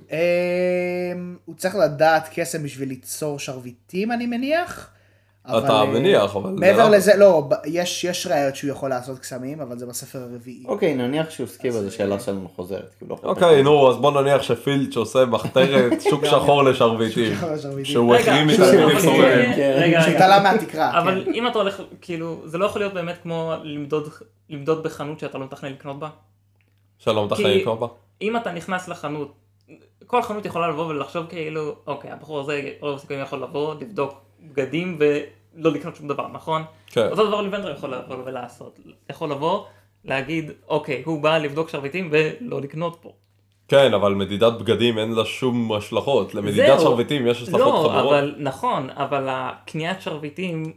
אמ, הוא צריך לדעת קסם בשביל ליצור שרביטים, אני מניח. אבל, אתה אה, מניח, אבל... מעבר לזה, לא, ב- יש יש ראיות שהוא יכול לעשות קסמים, אבל זה בספר הרביעי. אוקיי, נניח שהוא סקיב, אז השאלה שלנו חוזרת. כי הוא לא יכול אוקיי, נו, אז בוא נניח שפילץ' עושה מחתרת שוק שחור לשרביטים. שוק שחור לשרביטים. שהוא רגע, החרים אבל- מתלמידים אבל- סוררים. רגע, שהוא רגע. תלה מהתקרה. אבל כן. אם אתה הולך, כאילו, זה לא יכול להיות באמת כמו למדוד, למדוד בחנות שאתה לא מתכנן לקנות בה. שלום, תחליט כי- לקרוא בה. אם אתה נכנס לחנות, כל חנות יכולה לבוא ולחשוב כאילו, אוקיי, הבחור הזה רוב הסיכויים יכול לבוא, לבדוק בגדים ולא לקנות שום דבר, נכון? כן. אותו דבר ליבנדר יכול לבוא ולעשות. יכול לבוא, להגיד, אוקיי, הוא בא לבדוק שרביטים ולא לקנות פה. כן, אבל מדידת בגדים אין לה שום השלכות. למדידת זהו. שרביטים יש השלכות לא, חמורות. אבל נכון, אבל הקניית שרביטים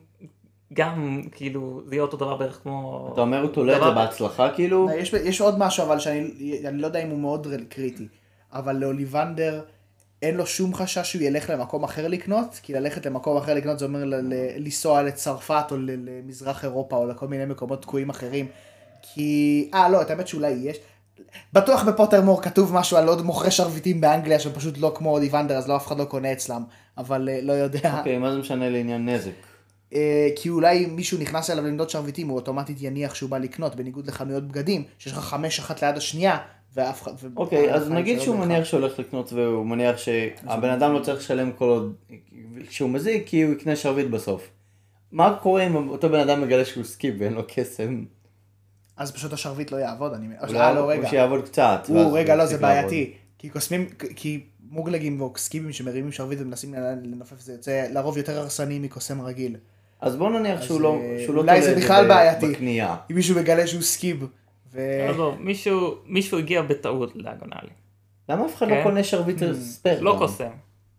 גם, כאילו, זה יהיה אותו דבר בערך כמו... אתה אומר הוא תולה את זה דבר- בהצלחה כאילו? יש, יש עוד משהו, אבל שאני אני לא יודע אם הוא מאוד קריטי, אבל לאוליבנדר אין לו שום חשש שהוא ילך למקום אחר לקנות, כי ללכת למקום אחר לקנות זה אומר ל- ל- לנסוע לצרפת או ל- למזרח אירופה או לכל מיני מקומות תקועים אחרים, כי... אה, לא, את האמת שאולי יש... בטוח בפוטרמור כתוב משהו על עוד מוכרי שרביטים באנגליה שהם פשוט לא כמו אוליבנדר, אז לא אף אחד לא קונה אצלם, אבל אה, לא יודע. אוקיי, מה זה משנה לעניין נזק? אה, כי אולי מישהו נכנס אליו למדוד שרביטים, הוא אוטומטית יניח שהוא בא לקנות, בניגוד לחנויות בגדים, שיש לך חמש אחת ליד השנייה, ואף אחד... ו- אוקיי, אז זה נגיד לא שהוא בהכרח. מניח שהוא הולך לקנות והוא מניח שהבן אדם לא צריך לשלם כל עוד כשהוא מזיק כי הוא יקנה שרביט בסוף. מה קורה אם אותו בן אדם מגלה שהוא סקיב ואין לו קסם? אז פשוט השרביט לא יעבוד, אני... הוא אה, לא, הוא רגע. שיעבוד קצת. ואז הוא, רגע, הוא לא, זה יפסיק לעבוד. בעייתי. כי קוסמים, כי מוגלגים וסקיבים שמרימים שרביט ומנסים לנופף, זה יוצא לרוב יותר הרסני מקוסם רגיל. אז בוא נניח שהוא אז, לא אה, שהוא לא אולי תולה זה את בכלל ב- בעייתי. בקנייה. אם מישהו מגלה שהוא סקיב, ו... עזוב, מישהו, מישהו הגיע בטעות לאגונלי. למה אף אחד כן. לא קונה שרביט ספייר? לא גם? קוסם.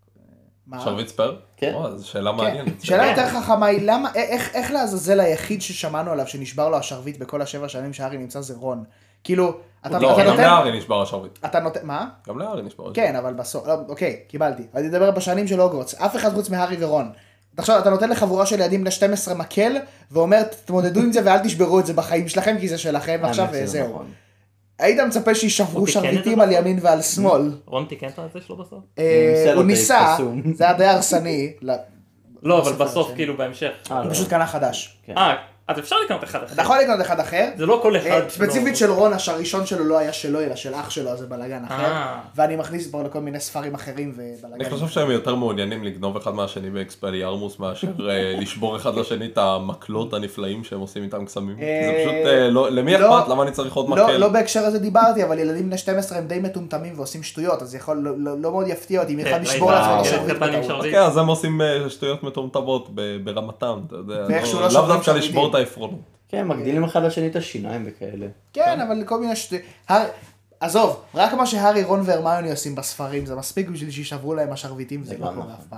מה? שרביט ספייר? כן. או, זו שאלה כן. מעניינת. שאלה יותר חכמה היא, למה, איך, איך לעזאזל היחיד ששמענו עליו שנשבר לו השרביט בכל השבע שנים שהארי נמצא זה רון? כאילו, אתה, לא, אתה גם נותן... להארי נשבר השרביט. אתה נותן... מה? גם להארי נשבר השרביט. כן, אבל בסוף, לא, אוקיי, קיבלתי. אני אדבר בשנים של הוגוורטס, אף אחד חוץ מהארי ורון. תחשוב, אתה נותן לחבורה של ילדים בני שתים עשרה מקל, ואומר, תתמודדו עם זה ואל תשברו את זה בחיים שלכם, כי זה שלכם, ועכשיו האמת שזה זהו. נכון. היית מצפה שישברו הוא תיקן את זה שרביטים בסוף? על ימין ועל שמאל. רון תיקן את זה שלו בסוף? אה, סלוטייפ הוא ניסה, חסום. זה היה די הרסני. ל- לא, אבל בספר בסוף, השני. כאילו, בהמשך. אה, הוא לא. פשוט קנה חדש. כן. אה, אז אפשר לקנות אחד אחר. אתה יכול לקנות אחד אחר. זה לא כל אחד. אה, ספציפית לא. של רון, הראשון שלו לא היה שלו, אלא של אח שלו, אז זה בלאגן אחר. אה. ואני מכניס בו לכל מיני ספרים אחרים ובלאגן. אני חושב שהם יותר מעוניינים לגנוב אחד מהשני באקספליארמוס מאשר אה, לשבור אחד לשני את המקלות הנפלאים שהם עושים איתם קסמים. כי זה פשוט, אה, לא- למי לא- אכפת? למה אני צריך עוד לא, מקל? לא בהקשר הזה דיברתי, אבל ילדים בני שתים עשרה הם די מטומטמים ועושים שטויות, אז יכול, לא, לא, לא מאוד יפתיע אותי אם אחד כן, לשבור ראית, לעצמו אה, את ילד השרביט קטן עם בטעות. שרביט. כן, אז הם עושים אה, שטויות מטומטמות ב- ברמתם, אתה יודע. ואיכשהו לא- לא לאו שוברים דווקא שרביטים. לשבור את העפרונות. כן, מגדילים אחד לשני את השיניים וכאלה. כן, אבל כל מיני שטויות. הר... עזוב, רק מה שהארי, רון והרמיוני עושים בספרים, זה מספיק בשביל שישברו להם השרביטים, זה לא גם קורה נכון. אף פעם.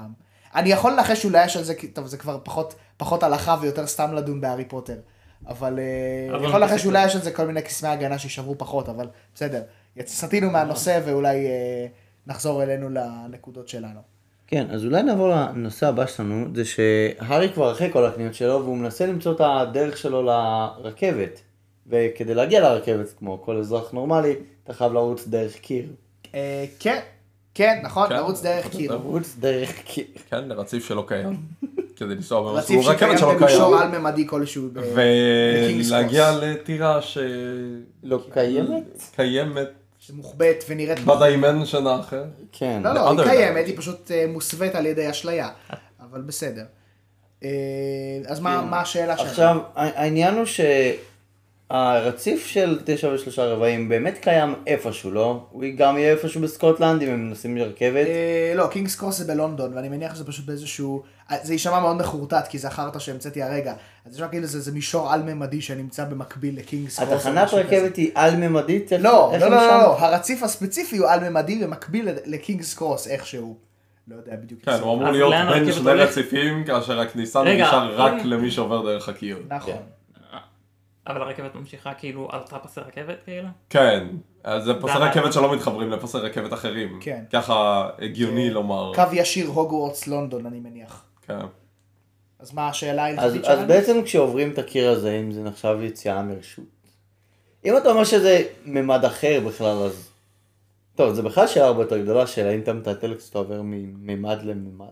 אני יכול לנחש שאולי יש על זה, טוב, זה כבר פחות, פחות הלכה ויותר סתם לדון בהארי פוטר. אבל אני יכול לנחש שאולי יש על זה כל מיני קסמי הגנה שישברו פחות, אבל בסדר. סטינו מהנושא ואולי נחזור אלינו לנקודות שלנו. כן, אז אולי נעבור לנושא הבא שלנו, זה שהארי כבר אחרי כל הקניות שלו, והוא מנסה למצוא את הדרך שלו לרכבת. וכדי להגיע לרכבת, כמו כל אזרח נורמלי, אתה חייב לרוץ דרך קיר. כן, כן, נכון, לרוץ דרך קיר. לרוץ דרך קיר. כן, לרציף שלא קיים. כדי לנסוע במסלול רציף רכבת שלא שקיים במישור קיים. על-ממדי כלשהו. ולהגיע לטירה ש... לא קיימת? קיימת. שמוחבאת ונראית... בדיימנשן האחר. כן. לא, לא, היא קיימת, היא פשוט מוסווית על ידי אשליה. אבל בסדר. אז מה השאלה שלנו? עכשיו, העניין הוא שהרציף של תשע ושלושה רבעים באמת קיים איפשהו, לא? הוא גם יהיה איפשהו בסקוטלנד אם הם מנסים לרכבת. לא, קינגס קרוס זה בלונדון, ואני מניח שזה פשוט באיזשהו... זה יישמע מאוד מחורטט, כי זה החרטא שהמצאתי הרגע. אז יש כאילו זה מישור על-ממדי שנמצא במקביל לקינגס קרוס. התחנת רכבת היא על-ממדית? לא, לא, לא, הרציף הספציפי הוא על-ממדי ומקביל לקינגס קרוס איכשהו. לא יודע בדיוק. כן, הוא אמור להיות בין שני רציפים, כאשר הכניסה נשאר רק למי שעובר דרך הקיר. נכון. אבל הרכבת ממשיכה כאילו על אותה פסי רכבת כאילו? כן, אז זה פסי רכבת שלא מתחברים לפסי רכבת אחרים. כן. ככה הגיוני לומר. קו ישיר הוגוורטס לונדון אני מניח. כן. אז מה השאלה ההלכתית שלנו? אז בעצם כשעוברים את הקיר הזה, אם זה נחשב יציאה מרשות. אם אתה אומר שזה ממד אחר בכלל, אז... טוב, זה בכלל שאלה הרבה יותר גדולה, שאלה אם אתה מטלטל כשאתה עובר מממד לממד.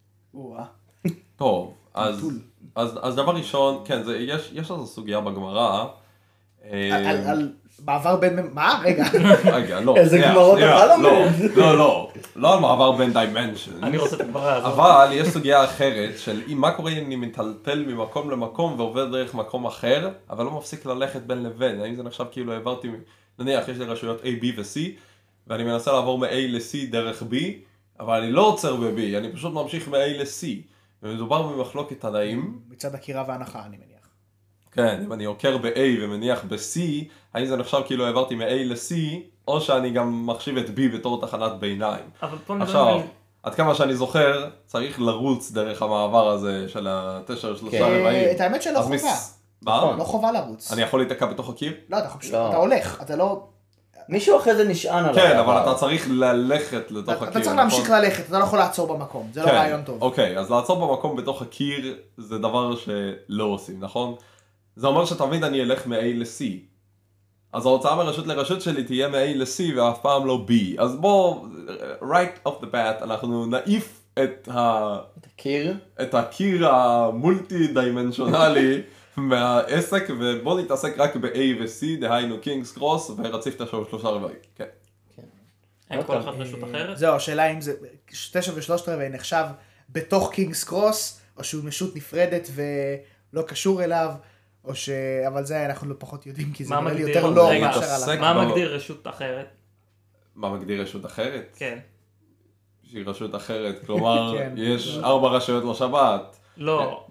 טוב, אז, אז, אז דבר ראשון, כן, זה, יש, יש לזה סוגיה בגמרא. על, על מעבר בין, מה? רגע. רגע, לא. איזה גמרות אתה לומד? לא, לא, לא על מעבר בין דיימנשן. אני רוצה את הגמרא הזאת. אבל יש סוגיה אחרת של מה קורה אם אני מטלטל ממקום למקום ועובר דרך מקום אחר, אבל לא מפסיק ללכת בין לבין. האם זה נחשב כאילו העברתי, נניח יש לי רשויות A, B ו-C, ואני מנסה לעבור מ-A ל-C דרך B, אבל אני לא עוצר ב-B, אני פשוט ממשיך מ-A ל-C. ומדובר במחלוקת תנאים. מצד הקירה והנחה, אני מניח. כן, אם אני עוקר ב-A ומניח ב-C, האם זה נחשב כאילו העברתי מ-A ל-C, או שאני גם מחשיב את B בתור תחנת ביניים. אבל פה נדבר... עכשיו, עד כמה שאני זוכר, צריך לרוץ דרך המעבר הזה של התשע ושלושה רבעים. את האמת שלא חובה. מה? לא חובה לרוץ. אני יכול להתקע בתוך הקיר? לא, אתה הולך, אתה לא... מישהו אחרי זה נשען עליו. כן, אבל אתה צריך ללכת לתוך הקיר. אתה צריך להמשיך ללכת, אתה לא יכול לעצור במקום, זה לא רעיון טוב. אוקיי, אז לעצור במקום בתוך הקיר זה דבר שלא עושים, נכון? זה אומר שתמיד אני אלך מ-A ל-C. אז ההוצאה מרשות לרשות שלי תהיה מ-A ל-C ואף פעם לא B. אז בוא, right off the bat, אנחנו נעיף את ה... את הקיר? את הקיר המולטי דיימנשונלי מהעסק, ובוא נתעסק רק ב-A ו-C, דהיינו קינגס קרוס ורציף תשע ושלושה רבעים. כן. אין כל אחת רשות אחרת? זהו, השאלה אם זה תשע ושלושת רבעי נחשב בתוך קינגס קרוס, או שהוא משות נפרדת ולא קשור אליו, או ש... אבל זה אנחנו לא פחות יודעים, כי זה נראה לי יותר לא מאשר עליו. מה מגדיר רשות אחרת? מה מגדיר רשות אחרת? כן. שהיא רשות אחרת, כלומר, יש ארבע רשויות לשבת. לא.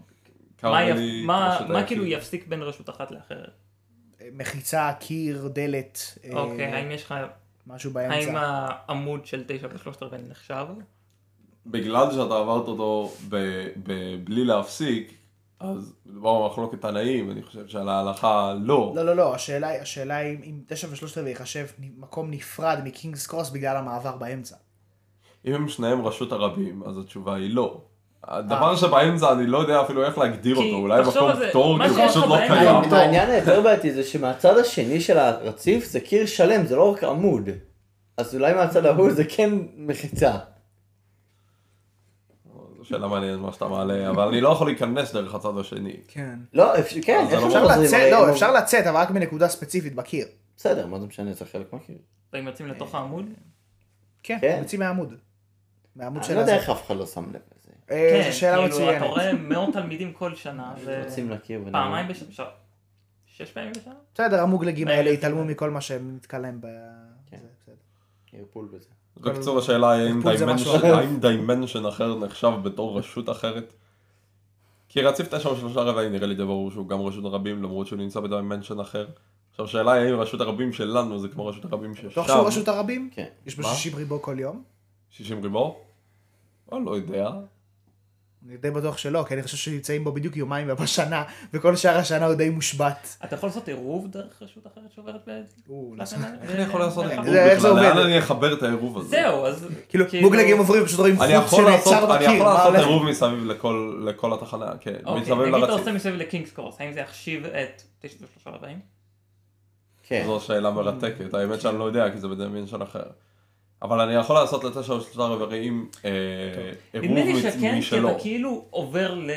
מה כאילו יפסיק בין רשות אחת לאחרת? מחיצה, קיר, דלת. אוקיי, האם יש לך... משהו באמצע. האם העמוד של תשע ושלושת רבעי נחשב? בגלל שאתה עברת אותו בלי להפסיק, אז מדובר במחלוקת תנאים, אני חושב שעל ההלכה לא. לא, לא, לא, השאלה היא אם תשע ושלושת רבעי יחשב מקום נפרד מקינגס קרוס בגלל המעבר באמצע. אם הם שניהם רשות הרבים, אז התשובה היא לא. הדבר שבאמצע אני לא יודע אפילו איך להגדיר אותו, אולי מקום פטור, כי הוא פשוט לא קיים. העניין היותר בעייתי זה שמהצד השני של הרציף זה קיר שלם, זה לא רק עמוד. אז אולי מהצד ההוא זה כן מחיצה. זו שאלה מעניינת מה שאתה מעלה, אבל אני לא יכול להיכנס דרך הצד השני. כן. לא, כן, אפשר לצאת, אבל רק בנקודה ספציפית בקיר. בסדר, מה זה משנה, זה חלק מהקיר. ואם יוצאים לתוך העמוד? כן, יוצאים מהעמוד. מהעמוד של הזה. אני לא יודע איך אף אחד לא שם לב לזה. כן, כאילו אתה רואה מאות תלמידים כל שנה. יוצאים לקיר. פעמיים בשנה. שש פעמים בשנה? בסדר, המוגלגים האלה יתעלמו מכל מה שהם נתקלם ב... ירפול בזה. בקצור השאלה האם דיימנשן אחר נחשב בתור רשות אחרת? כי רציף תשע ושלושה רבעים נראה לי די ברור שהוא גם רשות הרבים למרות שהוא נמצא בדיימנשן אחר. עכשיו השאלה היא האם רשות הרבים שלנו זה כמו רשות הרבים ששם. תוך שהוא רשות הרבים? כן. יש בו שישים ריבו כל יום? שישים ריבו? אני לא יודע. אני די בטוח שלא, כי אני חושב שנמצאים בו בדיוק יומיים בשנה, וכל שאר השנה הוא די מושבת. אתה יכול לעשות עירוב דרך רשות אחרת שעוברת ב... איך אני יכול לעשות עירוב איך זה בכלל? עובד? לאן אני אחבר את העירוב הזה? זהו, אז... כאילו, מוגלגים עוברים, פשוט רואים אני חוט יכול לעשות, שנעצר אני בקיר. יכול מה לעשות הולך? עירוב מסביב לכל, לכל התחנה, כן, אוקיי, מסביב נגיד אתה לרציף. עושה מסביב לקינגס קורס, האם זה יחשיב את תשע ושלושה רבעים? כן. זו שאלה מרתקת, האמת שאני לא יודע, כי זה בדמיין של אחר. אבל אני יכול לעשות לתשע ושלושה רבעים עירוב נדמה לי שכן, כי משלו. אתה כאילו עובר ל...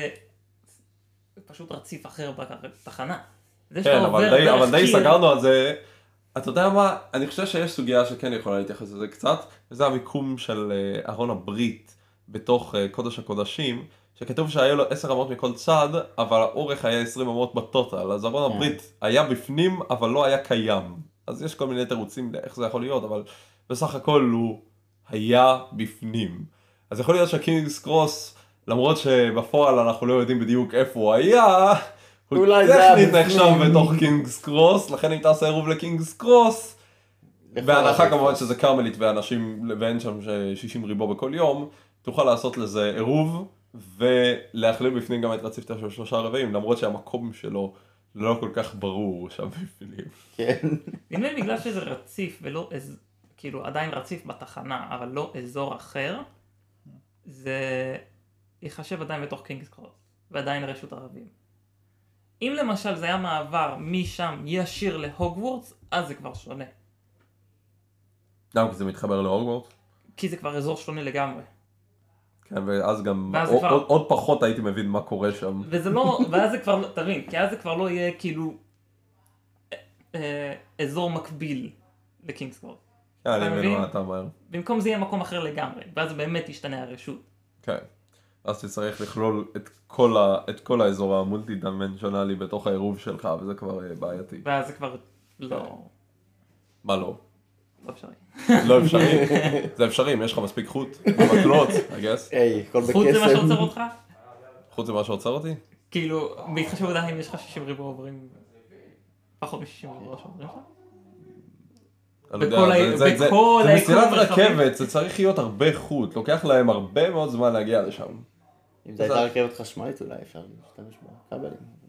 פשוט רציף אחר בתחנה. זה כן, שאתה אבל עובר די, דרך אבל די קיר- סגרנו על זה. אתה יודע מה? אני חושב שיש סוגיה שכן יכולה להתייחס לזה קצת, וזה המיקום של אה, ארון הברית בתוך אה, קודש הקודשים, שכתוב שהיו לו עשר אמות מכל צד, אבל האורך היה עשרים אמות בטוטל, אז ארון הברית היה בפנים, אבל לא היה קיים. אז יש כל מיני תירוצים לאיך זה יכול להיות, אבל בסך הכל הוא היה בפנים. אז יכול להיות שהקינגס קרוס, למרות שבפועל אנחנו לא יודעים בדיוק איפה הוא היה, הוא אולי זה היה טכנית בפנים. נחשב בתוך קינגס קרוס, לכן אם תעשה עירוב לקינגס קרוס, בהנחה כמובן שזה קרמלית ואנשים, ואין שם שישים ריבו בכל יום, תוכל לעשות לזה עירוב, ולהכליל בפנים גם את רציף תשע ושלושה רבעים, למרות שהמקום שלו לא כל כך ברור שם בפנים. כן. נדמה לי בגלל שזה רציף ולא, אז- כאילו עדיין רציף בתחנה, אבל לא אזור אחר, זה ייחשב עדיין בתוך קינגס קרוס, ועדיין רשות ערבים. אם למשל זה היה מעבר משם ישיר להוגוורטס, אז זה כבר שונה. גם כי זה מתחבר להוגוורטס. כי זה כבר אזור שונה לגמרי. כן, ואז גם ואז עוד, כבר- עוד, עוד פחות הייתי מבין מה קורה שם. וזה לא, ואז זה כבר, תבין, כי אז זה כבר לא יהיה כאילו אה, אה, אזור מקביל לקינגס קרוס. כן, אני אתה מבין מבין? מה אתה אומר. במקום זה יהיה מקום אחר לגמרי, ואז באמת ישתנה הרשות. כן. אז תצטרך לכלול את כל, ה, את כל האזור המולטי דימנשונלי בתוך העירוב שלך, וזה כבר אה, בעייתי. ואז זה כבר לא, מה לא? לא אפשרי. לא אפשרי. זה אפשרי, אם יש לך מספיק חוט, במקלות, I guess. היי, הכל בקסם. חוץ זה מה שעוצר אותך? חוץ זה מה שעוצר אותי? כאילו, בהתחשב בדעה אם יש לך שישים ריבוע עוברים, פחות מ-שישים ריבוע שעוברים לך? אני לא יודע, בכל זה- ה- זה- זה- בכל זה היקום מסילת הרכבים. רכבת, זה צריך להיות הרבה חוט, לוקח להם הרבה מאוד זמן להגיע לשם. אם זה הייתה רכבת חשמלית אולי אפשר להשתמש בכבלים.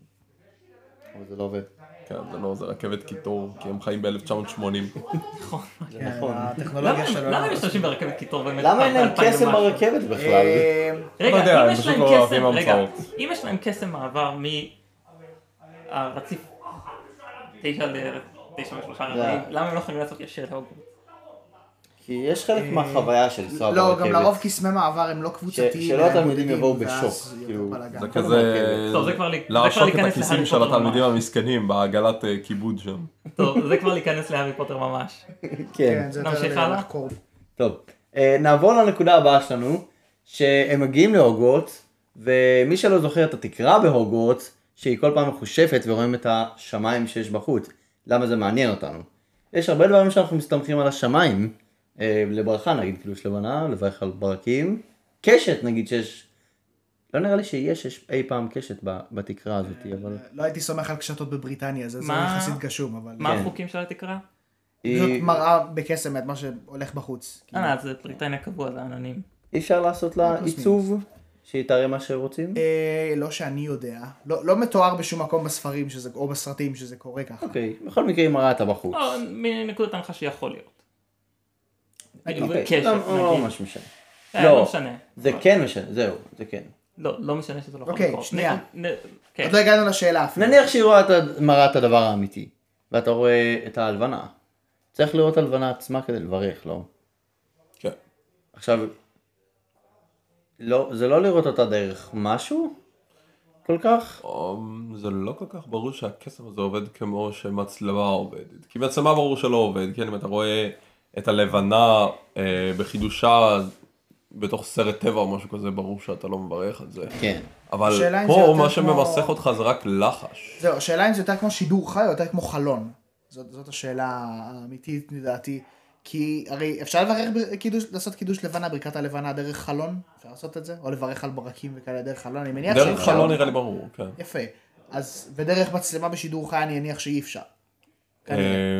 אבל זה לא עובד. כן, זה לא, זה רכבת קיטור, כי הם חיים ב-אלף תשע מאות שמונים. נכון. זה כן, נכון. הטכנולוגיה למה שלו. למה הם משתמשים ברכבת קיטור באמת? למה אין להם ב-אלפיים קסם ומשהו? ברכבת בכלל? אה, רגע, לא יודע, אם הם יש פשוט להם לא קסם, אוהבים רגע, המצאות. אם יש להם קסם מעבר מהרציף תשע לתשע ושלושה רבעים, למה הם לא יכולים לעשות ישיר להוגוורטס? כי יש חלק מהחוויה של לנסוע לא, ברכבת. גם לרוב קסמי מעבר הם לא קבוצתיים. שלא הם התלמידים בודדים, יבואו ואז בשוק, יותר כאילו, בלאגן. זה כל כזה טוב, זה כבר לי- זה כבר לעשוק את להיכנס הכיסים להארי של פוטר התלמידים ממש. המסכנים בעגלת אה, כיבוד שם. טוב, זה כבר להיכנס להארי פוטר ממש. כן. כן, זה נמשיך יותר הלאה? לחקור. טוב, אה, נעבור לנקודה הבאה שלנו, שהם מגיעים להוגוורטס, ומי שלא זוכר את התקרה בהוגוורטס, שהיא כל פעם מחושפת ורואים את השמיים שיש בחוץ. למה זה מעניין אותנו? יש הרבה דברים שאנחנו מסתמכים על השמיים, אה, לברכה נגיד קילוש לבנה, לברך על ברקים, קשת נגיד שיש, לא נראה לי שיש יש אי פעם קשת ב- בתקרה הזאת, אבל לא הייתי סומך על קשתות בבריטניה, זה זה מה- יחסית גשום, אבל... מה כן. החוקים של התקרה? פשוט היא- מראה בקסם את מה שהולך בחוץ. כאילו. אה, זה בריטניה קבוע, זה עננים. אי אפשר לעשות לה פלוס עיצוב, שהיא תראה מה שרוצים? אה, לא שאני יודע. לא לא מתואר בשום מקום בספרים שזה- או בסרטים שזה קורה ככה. אוקיי, בכל מקרה היא מראה אותה בחוץ. לא, מנקודת הנחה שיכול להיות. נגיד. אוקיי, קשת, לא לא נגיד. ממש משנה. אה, לא. לא משנה. זה כן משנה, זהו, זה כן. לא, לא משנה שזה לא יכול אוקיי, לקרות. שנייה. נ- נ- כן. עוד לא הגענו לשאלה אפילו. נניח שהיא רואה את ה- מראה את הדבר האמיתי, ואתה רואה את ההלבנה. צריך לראות את ההלבנה עצמה כדי לברך, לא? כן. עכשיו, לא, זה לא לראות אותה דרך משהו? כל כך? אמ, זה לא כל כך ברור שהקסם הזה עובד כמו שמצלמה עובדת. כי מצלמה ברור שלא עובד, כן? אם אתה רואה את הלבנה אה, בחידושה בתוך סרט טבע או משהו כזה, ברור שאתה לא מברך על זה. כן. אבל השאלה אם זה פה יותר מה כמו- שממסך אותך זה רק לחש. זהו, השאלה אם זה יותר כמו שידור חי או יותר כמו חלון. זאת, זאת השאלה האמיתית לדעתי. כי הרי אפשר לברך בקידוש, לעשות קידוש לבנה, ברכת הלבנה דרך חלון? אפשר לעשות את זה? או לברך על ברקים וכאלה דרך חלון? אני מניח דרך שאפשר. חלון נראה לי ברור, כן. יפה. אז, ודרך מצלמה בשידור חי אני מניח שאי אפשר. כנראה. אמ,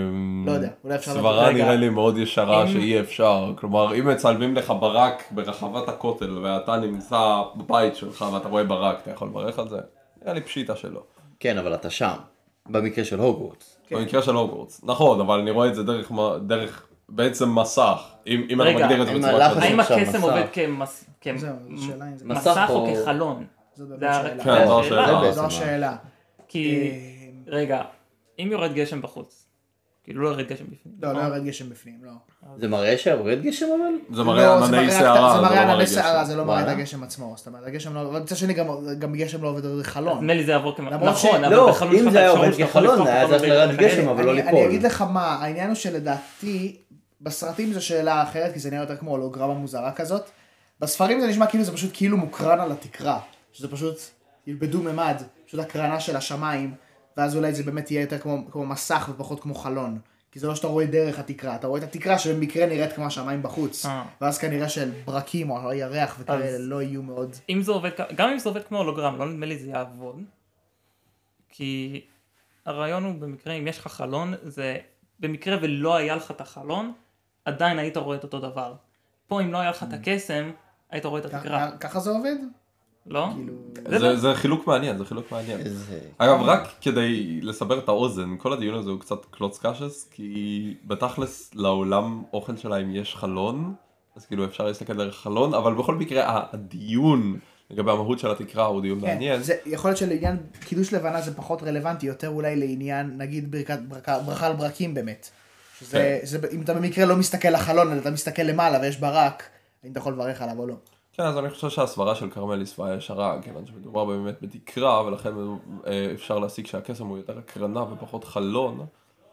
לא יודע, אולי אפשר... סברה רגע. נראה לי מאוד ישרה אם- שאי אפשר. כלומר, אם מצלמים לך ברק ברחבת הכותל ואתה נמצא בבית שלך ואתה רואה ברק, אתה יכול לברך על זה? נראה לי פשיטה שלא. כן, אבל אתה שם, במקרה של הוגוורטס. במקרה של הוגוורטס. נכון, אבל אני רואה את זה דרך מה- דרך בעצם מסך. אם אם אתה רגע, מגדיר את זה אם בצורה הלחץ- כזאת. האם עכשיו הקסם מסך. עובד כמס- זהו, השאלה אם זה- כמסך מסך או או- כחלון? זו באמת זה הר- שאלה. כן, זו השאלה. השאלה. בעצם זו השאלה. כי, אה, רגע, אם יורד גשם בחוץ, כאילו לא יורד גשם בפנים. לא, לא נכון? יורד גשם בפנים, לא. זה מראה שיורד גשם אבל? זה לא, מראה ענני מראה רק- שערה, זה מראה ענני גשם. שערה, זה לא מראה את וואלה. הגשם עצמו. זאת אומרת, הגשם לא... אבל מצד שני, גם- גם גשם לא עובד דרך אז חלון. נדמה לי זה יעבור כמה... למרות נכון, ש- אבל לא, בחלון יש אם לך זה היה את האפשרות עובד שאתה יכול כחלון, לפתוח היה אותו צריך לרדת ולחגג. גשם, אבל לא אני- ליפול. אני אגיד לך מה, העניין הוא שלדעתי, בסרטים זו שאלה אחרת, כי זה נראה יותר כמו הולוגרמה מוזרה כזאת. בספרים זה נשמע כאילו זה פשוט כאילו מוקרן על התקרה. שזה פשוט ילבדו ממד, פשוט הקרנה של השמיים, ואז אולי זה באמת יהיה יותר כמו, כמו מסך ופחות כמו חלון. כי זה לא שאתה רואה דרך התקרה, אתה רואה את התקרה שבמקרה נראית כמו השמיים בחוץ. אה. ואז כנראה של ברקים או ירח וכאלה אז- לא יהיו מאוד... אם זה עובד, כ- גם אם זה עובד כמו הולוגרם, לא נדמה לי זה יעבוד. כי הרעיון הוא במקרה, אם יש לך חלון, זה במקרה ולא היה לך את החלון, עדיין היית רואה את אותו דבר. פה אם לא היה לך את הקסם, היית רואה את התקרה. ככה- ככה זה עובד? לא? כאילו... זה- זה חילוק מעניין, זה חילוק מעניין. איזה... אגב, רק כדי לסבר את האוזן, כל הדיון הזה הוא קצת קלוץ קשס, כי בתכלס לעולם אוכל שלהם יש חלון, אז כאילו אפשר להסתכל דרך חלון, אבל בכל מקרה הדיון לגבי המהות של התקרה הוא דיון כן, מעניין. זה יכול להיות שלעניין קידוש לבנה זה פחות רלוונטי, יותר אולי לעניין נגיד ברכת ברכה, ברכה על ברקים באמת. שזה, זה, אם אתה במקרה לא מסתכל לחלון, אלא אתה מסתכל למעלה ויש ברק, האם אתה יכול לברך עליו או לא. כן, אז אני חושב שהסברה של כרמל היא סברה ישרה, כיוון שמדובר באמת בתקרה, ולכן אה, אפשר להסיק שהקסם הוא יותר הקרנה ופחות חלון.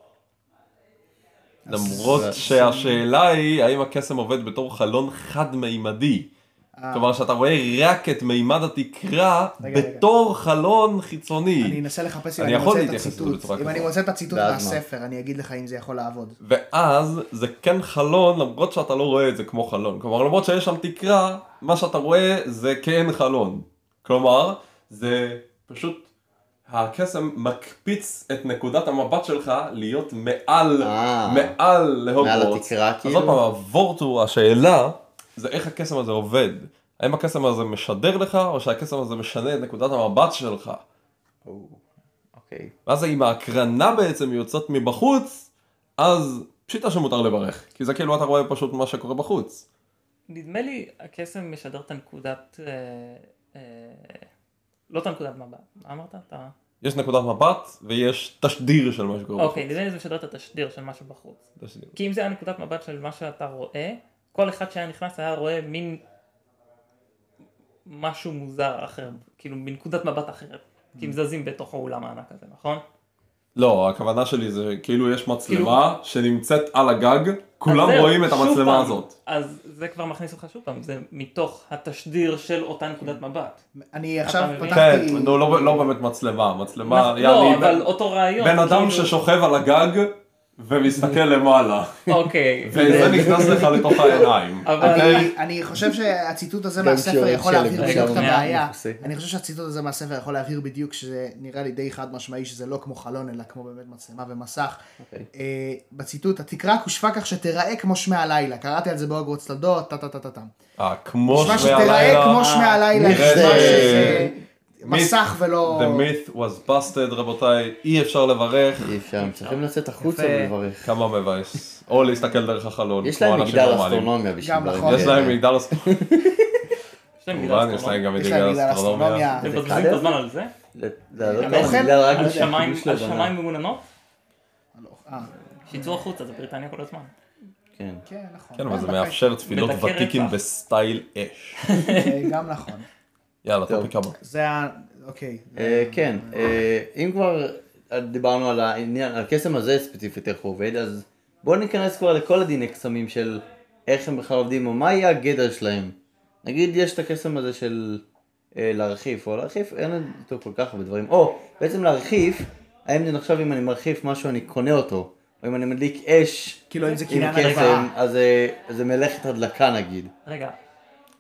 למרות שהשאלה היא, האם הקסם עובד בתור חלון חד-מימדי? כלומר שאתה רואה רק את מימד התקרה רגע, רגע. בתור חלון חיצוני. אני אנסה לחפש אם אני אני יכול מוצא את להתייחס לזה הציטוט. בצורה אם אני כזאת. מוצא את הציטוט ואז מה? מהספר, אני אגיד לך אם זה יכול לעבוד. ואז זה כן חלון, למרות שאתה לא רואה את זה כמו חלון. כלומר, למרות שיש שם תקרה, מה שאתה רואה זה כן חלון. כלומר, זה פשוט, הקסם מקפיץ את נקודת המבט שלך להיות מעל, אה. מעל להוגוורטס. התקרה, אז כאילו? עוד פעם, הוורטו, השאלה, זה איך הקסם הזה עובד. האם הקסם הזה משדר לך, או שהקסם הזה משנה את נקודת המבט שלך. או, אוקיי. ואז אם ההקרנה בעצם יוצאת מבחוץ, אז פשיטה שמותר לברך. כי זה כאילו אתה רואה פשוט מה שקורה בחוץ. נדמה לי הקסם משדר את הנקודת, אה, אה, לא את הנקודת מבט, מה אמרת? אתה... יש נקודת מבט ויש תשדיר של מה שקורה אוקיי, נדמה לי זה משדר את התשדיר של משהו בחוץ. בחוץ. תשדיר. כי אם זה היה נקודת מבט של מה שאתה רואה, כל אחד שהיה נכנס היה רואה מין משהו מוזר אחר, כאילו מנקודת מבט אחרת. כי הם זזים בתוך האולם הענק הזה, נכון? לא, הכוונה שלי זה כאילו יש מצלמה שנמצאת על הגג, כולם אז זהו, רואים את שוב המצלמה פעם, הזאת. אז זה כבר מכניס אותך שוב פעם, זה מתוך התשדיר של אותה נקודת מבט. אני עכשיו מבין? פתחתי... כן, לא, לא, לא באמת מצלמה, מצלמה, נכון, יעני, לא, בן- אבל אותו רעיון. בן אדם כאילו- ששוכב על הגג ומסתכל למעלה, אוקיי. וזה נכנס לך לתוך העיניים. אבל... אני, אני חושב שהציטוט הזה גם מהספר שיורד יכול שלג, להבהיר רגע, בדיוק את שנייה, הבעיה. מכוסה. אני חושב שהציטוט הזה מהספר יכול להבהיר בדיוק שזה נראה לי די חד משמעי שזה לא כמו חלון אלא כמו באמת מצלמה ומסך. אוקיי. אה, בציטוט, התקרה כושפה כך שתיראה כמו שמי הלילה. קראתי על זה בהוגוורטס תולדות, טה טה טה טה טה. אה, כמו נשמע שמי שתיראה הלילה. כמו שמי הלילה, נראה נשמע זה- שזה myth- מסך ולא... The myth was busted, רבותיי, אי אפשר לברך. אי אפשר, הם צריכים לצאת החוצה יפה. ולברך. כמה מבאס. או להסתכל דרך החלון. יש כמו להם אנשים מגדל נורמליים. אסטרונומיה בשביל גם דברים נכון. יש כאלה. להם מגדל אסטרונומיה. יש להם כמובן, מגדל יש להם גם יש מגדל להם מגדל אסטרונומיה. אסטרונומיה. אתם מבזבזים את הזמן על זה? ל- לעלות על על אוכל? המגדל רק על בשביל שמיים- קידוש על לבנה. שמיים ממוננות? אה, שיצאו החוצה, זה בריטניה כל הזמן. כן. כן, נכון. כן, אבל זה גם מאפשר תפילות מדכא ותיקים רצח. בסטייל אש. אה, גם נכון. יאללה, טוב. טופיק הבא. זה ה... אוקיי. אה, כן, אה, אם כבר דיברנו על העניין, על הקסם הזה ספציפית איך הוא עובד, אז בואו ניכנס כבר לכל הדיני קסמים של איך הם בכלל עובדים, או מה יהיה הגדר שלהם. נגיד יש את הקסם הזה של אה, להרחיף, או להרחיף, אין אותו כל כך הרבה דברים. או, בעצם להרחיף, האם זה נחשב אם אני מרחיף משהו אני קונה אותו, או אם אני מדליק אש כאילו אם זה עם קניין קסם, הלוואה. אז אה, זה מלאכת הדלקה נגיד. רגע,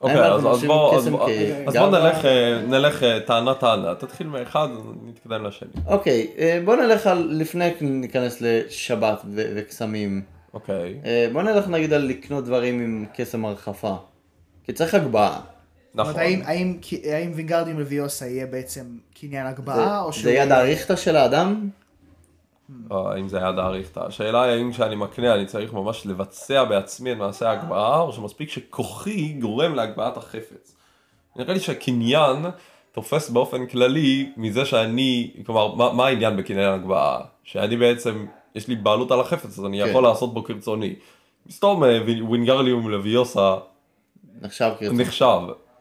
אוקיי, האם אז אנחנו אז עושים בוא אז קסם בוא- אז כגאווה? בוא נלך אה, נלך אה, טענה טענה, תתחיל מאחד, נתקדם לשני. אוקיי, אה, בוא נלך על, לפני ניכנס לשבת ו- וקסמים. אוקיי, אה, בוא נלך נגיד על לקנות דברים עם קסם הרחפה. כי צריך הגבהה. זאת אומרת, נכון. האם- האם- האם וינגרדיום לוויוסה יהיה בעצם קניין הגבהה, או זה, שהוא... זה יד האריכתא של האדם? או האם זה יד האריכתא. השאלה היא האם כשאני מקנה אני צריך ממש לבצע בעצמי את מעשה ההגבהה, או שמספיק שכוחי גורם להגבהת החפץ. נראה לי שהקניין תופס באופן כללי מזה שאני, כלומר, מה, מה העניין בקניין הגבהה? שאני בעצם, יש לי בעלות על החפץ, אז אני כן. יכול לעשות בו כרצוני. מסתום אה, ו- וינגרדיום לוויוסה נחשב כרצון. נחשב.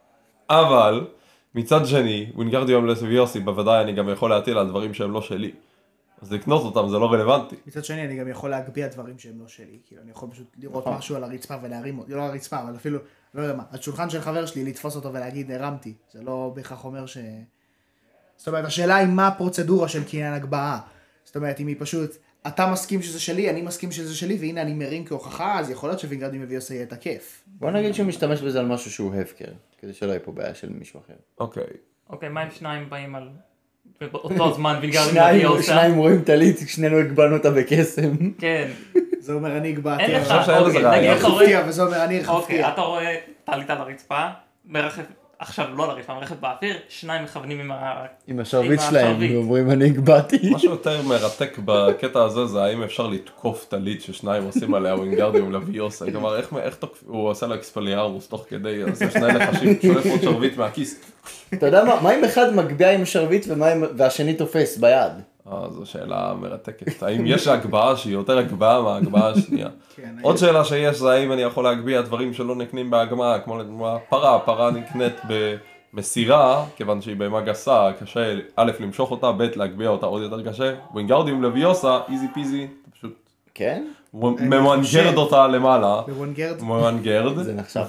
אבל מצד שני, וינגרדיום לוויוסי בוודאי אני גם יכול להטיל על דברים שהם לא שלי. אז לקנות אותם זה לא רלוונטי. מצד שני, אני גם יכול להגביה דברים שהם לא שלי. כאילו, אני יכול פשוט לראות נכון. משהו על הרצפה ולהרים אותו. לא על הרצפה, אבל אפילו, לא יודע מה, על שולחן של חבר שלי, לתפוס אותו ולהגיד, הרמתי. זה לא בהכרח אומר ש... זאת אומרת, השאלה היא מה הפרוצדורה של קניין הגבהה. זאת אומרת, אם היא פשוט, אתה מסכים שזה שלי, אני מסכים שזה שלי, והנה אני מרים כהוכחה, אז יכול להיות שווינגרדיום לוויוסה יהיה תקף. בוא נגיד שהוא משתמש בזה על משהו שהוא הפקר. כדי שלא יהיה פה בעיה של מישהו אחר. אוקיי. אוקיי, מה אם שניים באים על... באותו זמן וינגרדיום שניים, לוויוסה? שניים רואים טלית, שנינו הגבלנו אותה בקסם. כן. זה אומר, אני הגבהתי. אין לך, חושב שהיה לזה אוקיי, רעיון. נגיד אני אתה רואה... חפתיע, וזה אומר, אני אוקיי, חפתיע. אתה רואה טלית על הרצפה, מרחף, עכשיו לא על הרצפה, מרחף באוויר, שניים מכוונים עם ה... עם השרביט עם שלהם, השרביט. ואומרים אני הגבהתי. משהו יותר מרתק בקטע הזה זה האם אפשר לתקוף טלית ששניים עושים עליה וינגרדיום לוויוסה. כלומר, איך, איך תוקף... הוא עושה לה אקספליארוס תוך כדי, עושה שני נחשים, שולף עוד שרביט מהכיס. אתה יודע מה, מה אם אחד מגביה עם שרביט ומה אם- והשני תופס ביד? אה, זו שאלה מרתקת. האם יש הגבהה שהיא יותר הגבהה מההגבהה השנייה? כן, עוד שאלה שיש זה האם אני יכול להגביה דברים שלא נקנים בהגבהה, כמו לדוגמה פרה, פרה נקנית במסירה, כיוון שהיא בהמה גסה, קשה א' למשוך אותה, ב' להגביה אותה עוד יותר קשה. וינגרדיום לוויוסה, איזי פיזי, אתה פשוט כן? ממנגרד אותה למעלה. בוונגרד? ממנגרד. זה נחשב.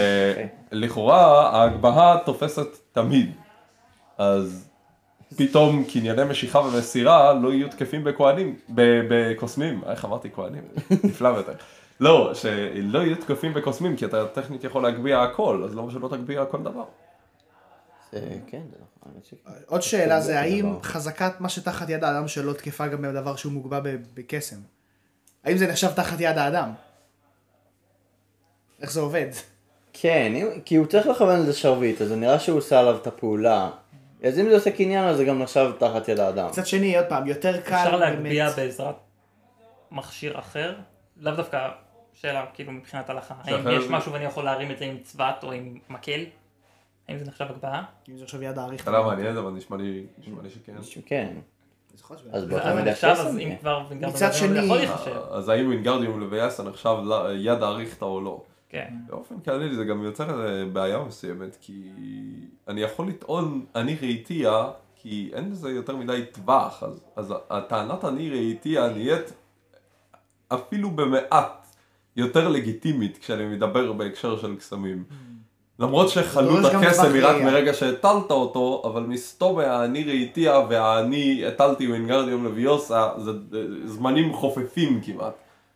ולכאורה ההגבהה תופסת תמיד. אז פתאום קנייני משיכה ומסירה לא יהיו תקפים בכהנים, ב- בקוסמים, איך אמרתי כהנים? נפלא יותר. לא, שלא יהיו תקפים בקוסמים, כי אתה טכנית יכול להגביה הכל, אז למה שלא תגביה כל דבר? זה, כן, זה נכון. האמת שכן. עוד שאלה זה, זה האם דבר. חזקת מה שתחת יד האדם שלו תקפה גם בדבר שהוא מוגבה ב- בקסם? האם זה נחשב תחת יד האדם? איך זה עובד? כן, אם- כי הוא צריך לכוון לזה שרביט, אז זה נראה שהוא עושה עליו את הפעולה. אז אם זה עושה קניין, אז זה גם נחשב תחת יד האדם. מצד שני, עוד פעם, יותר קל אפשר באמת- להגביה בעזרת מכשיר אחר, לאו דווקא שאלה כאילו מבחינת הלכה, האם שאחר יש זה- משהו ואני יכול להרים את זה עם צבת או עם מקל? האם זה נחשב הגבהה? אם זה עכשיו יד האריך. שאלה מעניינת, אבל נשמע לי נשמע לי שכן. כן. אז אז באותה מידה נחשב, קסם, אז כן. אם כבר וינגרדיום מצד לוויוסה, שני- יכול להיחשב. אז האם וינגרדיום לוויוסה נחשב ל- יד האריכתא או לא? כן. באופן כללי זה גם יוצר אה, בעיה מסוימת, כי אני יכול לטעון אני ראיתיה, כי אין לזה יותר מדי טווח, אז, אז הטענת אני ראיתיה נהיית אפילו במעט יותר לגיטימית כשאני מדבר בהקשר של קסמים. למרות שחלות דורש גם הקסם טווח היא רק ראייה. מרגע שהטלת אותו, אבל מסתום האני ראיתיה והאני הטלתי וינגרדיום לוויוסה, זה זה זמנים חופפים כמעט.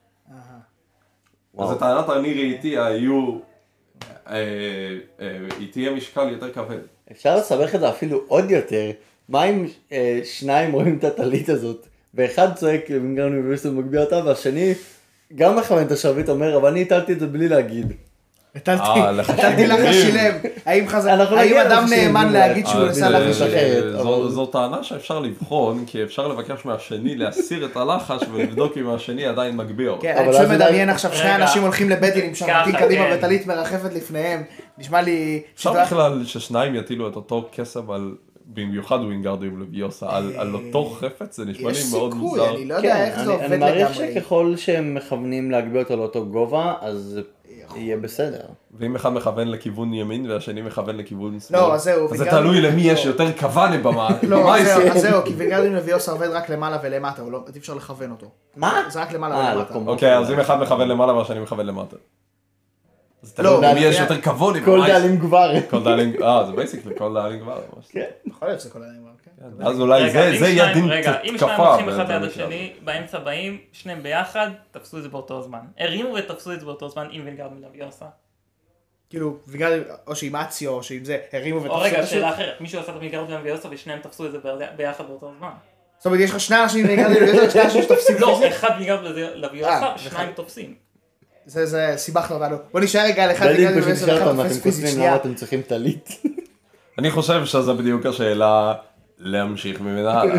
אז וואו. הטענת אני ראיתיה יהיו, אה, אה, היא תהיה משקל יותר כבד. אפשר לסבך את זה אפילו עוד יותר. מה אם אה, שניים רואים את הטלית הזאת, ואחד צועק וינגרדיום לוויוסה ומגביה אותה, והשני גם מכוון את השרביט אומר, אבל אני הטלתי את זה בלי להגיד. הטלתי אה, לך הטלתי לך שילם. שילם. האם חזק- אנחנו האם נגיע אדם לחשיבים, נאמן אבל- להגיד שהוא אה, עשה זה- לך זה- שילם? אחרת, זו- אבל- זו טענה שאפשר לבחון, כי אפשר לבקש מהשני להסיר את הלחש ולבדוק אם השני עדיין מגביה אותו. כן, אבל אני פשוט אז אולי- מדמיין עכשיו שני רגע. אנשים הולכים לבית דין עם שרביטים ככה, קדימה כן. וטלית מרחפת לפניהם. נשמע לי... אפשר סיטואציה- בכלל ששניים יטילו את אותו קסם על, במיוחד וינגרדיום לוויוסה, על על אותו חפץ, זה נשמע לי יש מאוד סיכוי, מוזר. אני לא יודע כן, איך זה אני- עובד אני מעריך לגמרי. שככל שהם מכוונים להגביה אותו לאותו גובה, אז זה יהיה בסדר. ואם אחד מכוון לכיוון ימין והשני מכוון לכיוון שמאל, לא, אז זהו, אז זה וינגרדיום- תלוי למי יש יותר כוונה במה. לא, מה אז זהו, יעשה? אז זהו, כי וינגרדיום לוויוסה עובד רק למעלה ולמטה, הוא לא- אי אפשר לכוון אותו. מה? זה רק למעלה אה, ולמטה. לקומות. אוקיי, אז אם אחד מכוון למעלה והשני מכוון למטה. אז לא, תלוי למי יש זה- יותר כבוד. כל דאלים גבר. כל דאלינג, אה, זה בייסיקלי כל דאלינג כבר. ממש. כן. יכול להיות שזה כל הדברים, כן. אז אולי רגע, זה אם זה יהיה שניים- דין רגע, אם שניים תקפה. הולכים אחד במקרה ליד הזה. השני, באמצע באים, שניהם ביחד, תפסו את זה באותו זמן. הרימו ותפסו את זה באותו זמן עם וינגרדיום לוויוסה. כאילו, בגלל, או שעם אציו, או שעם זה, הרימו ותפסו. או רגע, שאלה אחרת, מישהו עשה את מגרד לוויוסה ושניהם תפסו את זה ביחד באותו זמן. זאת אומרת, יש לך שני אנשים מגרד לוויוסה, שני אנשים שתופסים לא, פיזית? אחד מגרד לוויוסה, שניים תופסים. זה, זה, סיבכנו אותנו. בוא נשאר רגע על אחד דליל מגרד פשוט לוויוסה, נשאר ואחד אותם, אתם תופס פיזית קוסמים שנייה. למה אתם צריכים טלית. אני חושב שזו בדיוק השאלה להמשיך ממנה הלאה.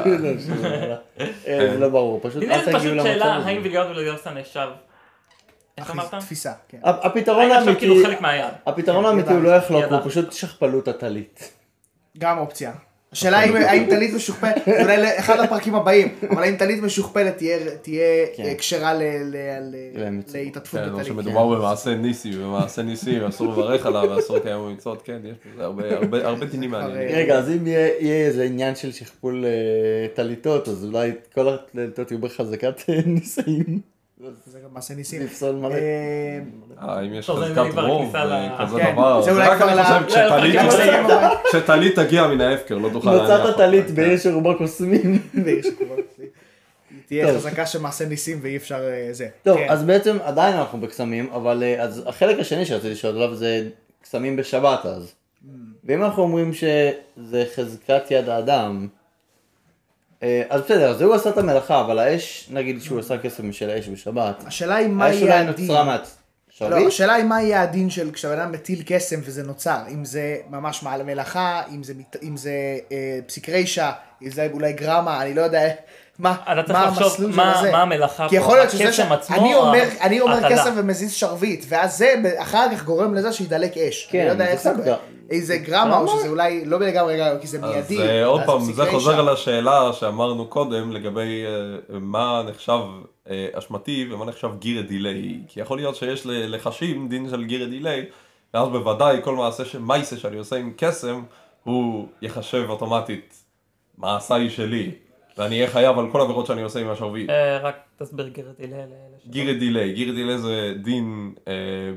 אה, זה לא ברור, פשוט הנה אל זה תגיעו פשוט למצב שאלה, הזה. האם מגרד לוויוסה נחשב? איך אמרת? תפיסה, כן. הפתרון האם נחשב האמיתי, כאילו חלק מהיד? הפתרון האמיתי הוא לא יחלוק, הוא ידעתי. פשוט שכפלו את הטלית. גם אופציה. השאלה היא האם טלית משוכפלת, אולי לאחד הפרקים הבאים, אבל האם טלית משוכפלת תהיה- תהיה כן. אה, כשרה ל- ל- ל- למציאות. להתעטפות כן, או בטלית. שמדובר במעשה ניסי, ובמעשה ניסי אסור לברך עליו ואסור לקיים במצוות, כן, יש בזה הרבה- הרבה הרבה דינים מעניינים. רגע, אז אם יהיה יהיה איזה עניין של שכפול אה, טליתות, אז אולי כל הטליתות יהיו בחזקת אה, ניסאים. זה גם מעשה ניסים. לפסול מלא. אה, אה, אם יש טוב, זה חזקת כבר רוב, כניסה ל- כזה כן, דבר, זה זה אולי רק כבר אני ל- חושב, לא, כשטלית לא, תגיע- לא, לא. כשטלית תגיע מן ההפקר, לא תוכל מצאת אותה. טלית כן. בעיר שרובה קוסמים. בעיר שכבר- היא תהיה טוב. חזקה של מעשה ניסים ואי אפשר אה, זה. טוב, כן. אז בעצם עדיין אנחנו בקסמים, אבל אה, אז החלק השני שרציתי לשאול עליו זה קסמים בשבת אז. ואם אנחנו אומרים שזה חזקת יד האדם, אה, אז בסדר, אז הוא עשה את המלאכה, אבל האש, נגיד שהוא עשה קסם של האש בשבת, השאלה היא מה האש יהיה אולי הדין. נוצרה לא, מהשרביט? השאלה היא מה יהיה הדין של כשבן אדם מטיל קסם וזה נוצר, אם זה ממש מעל המלאכה, אם זה, מת- אם זה אה, פסיק רישא, אם זה אולי גרמה, אני לא יודע מה, אתה צריך מה לחשוב המסלול של מה הזה. מה המלאכה כי פה, יכול להיות שזה הקסם ש... עצמו אני או אומר, אני אומר ההטלה? קסם ומזיז שרביט, ואז זה ב- אחר כך גורם לזה שידלק אש. כן, אני לא יודע זה איך זה, סבבה. איזה גרמה, או שזה אולי לא לגמרי רגע, כי זה אז מיידי. אה, עוד ואז פעם, פסיק זה רישא. חוזר על השאלה שאמרנו קודם לגבי אה, מה נחשב אה, אשמתי ומה נחשב גירה דיליי. כי יכול להיות שיש ל- לחשים דין של גירה דיליי, ואז בוודאי כל מעשה ש- מייסה שאני עושה עם קסם, הוא יחשב אוטומטית מעשיי שלי. ואני אהיה חייב על כל עבירות שאני עושה עם השרביט. אה, רק תסביר גרתי לאלה. גירה דיליי, גירה דיליי זה דין אה,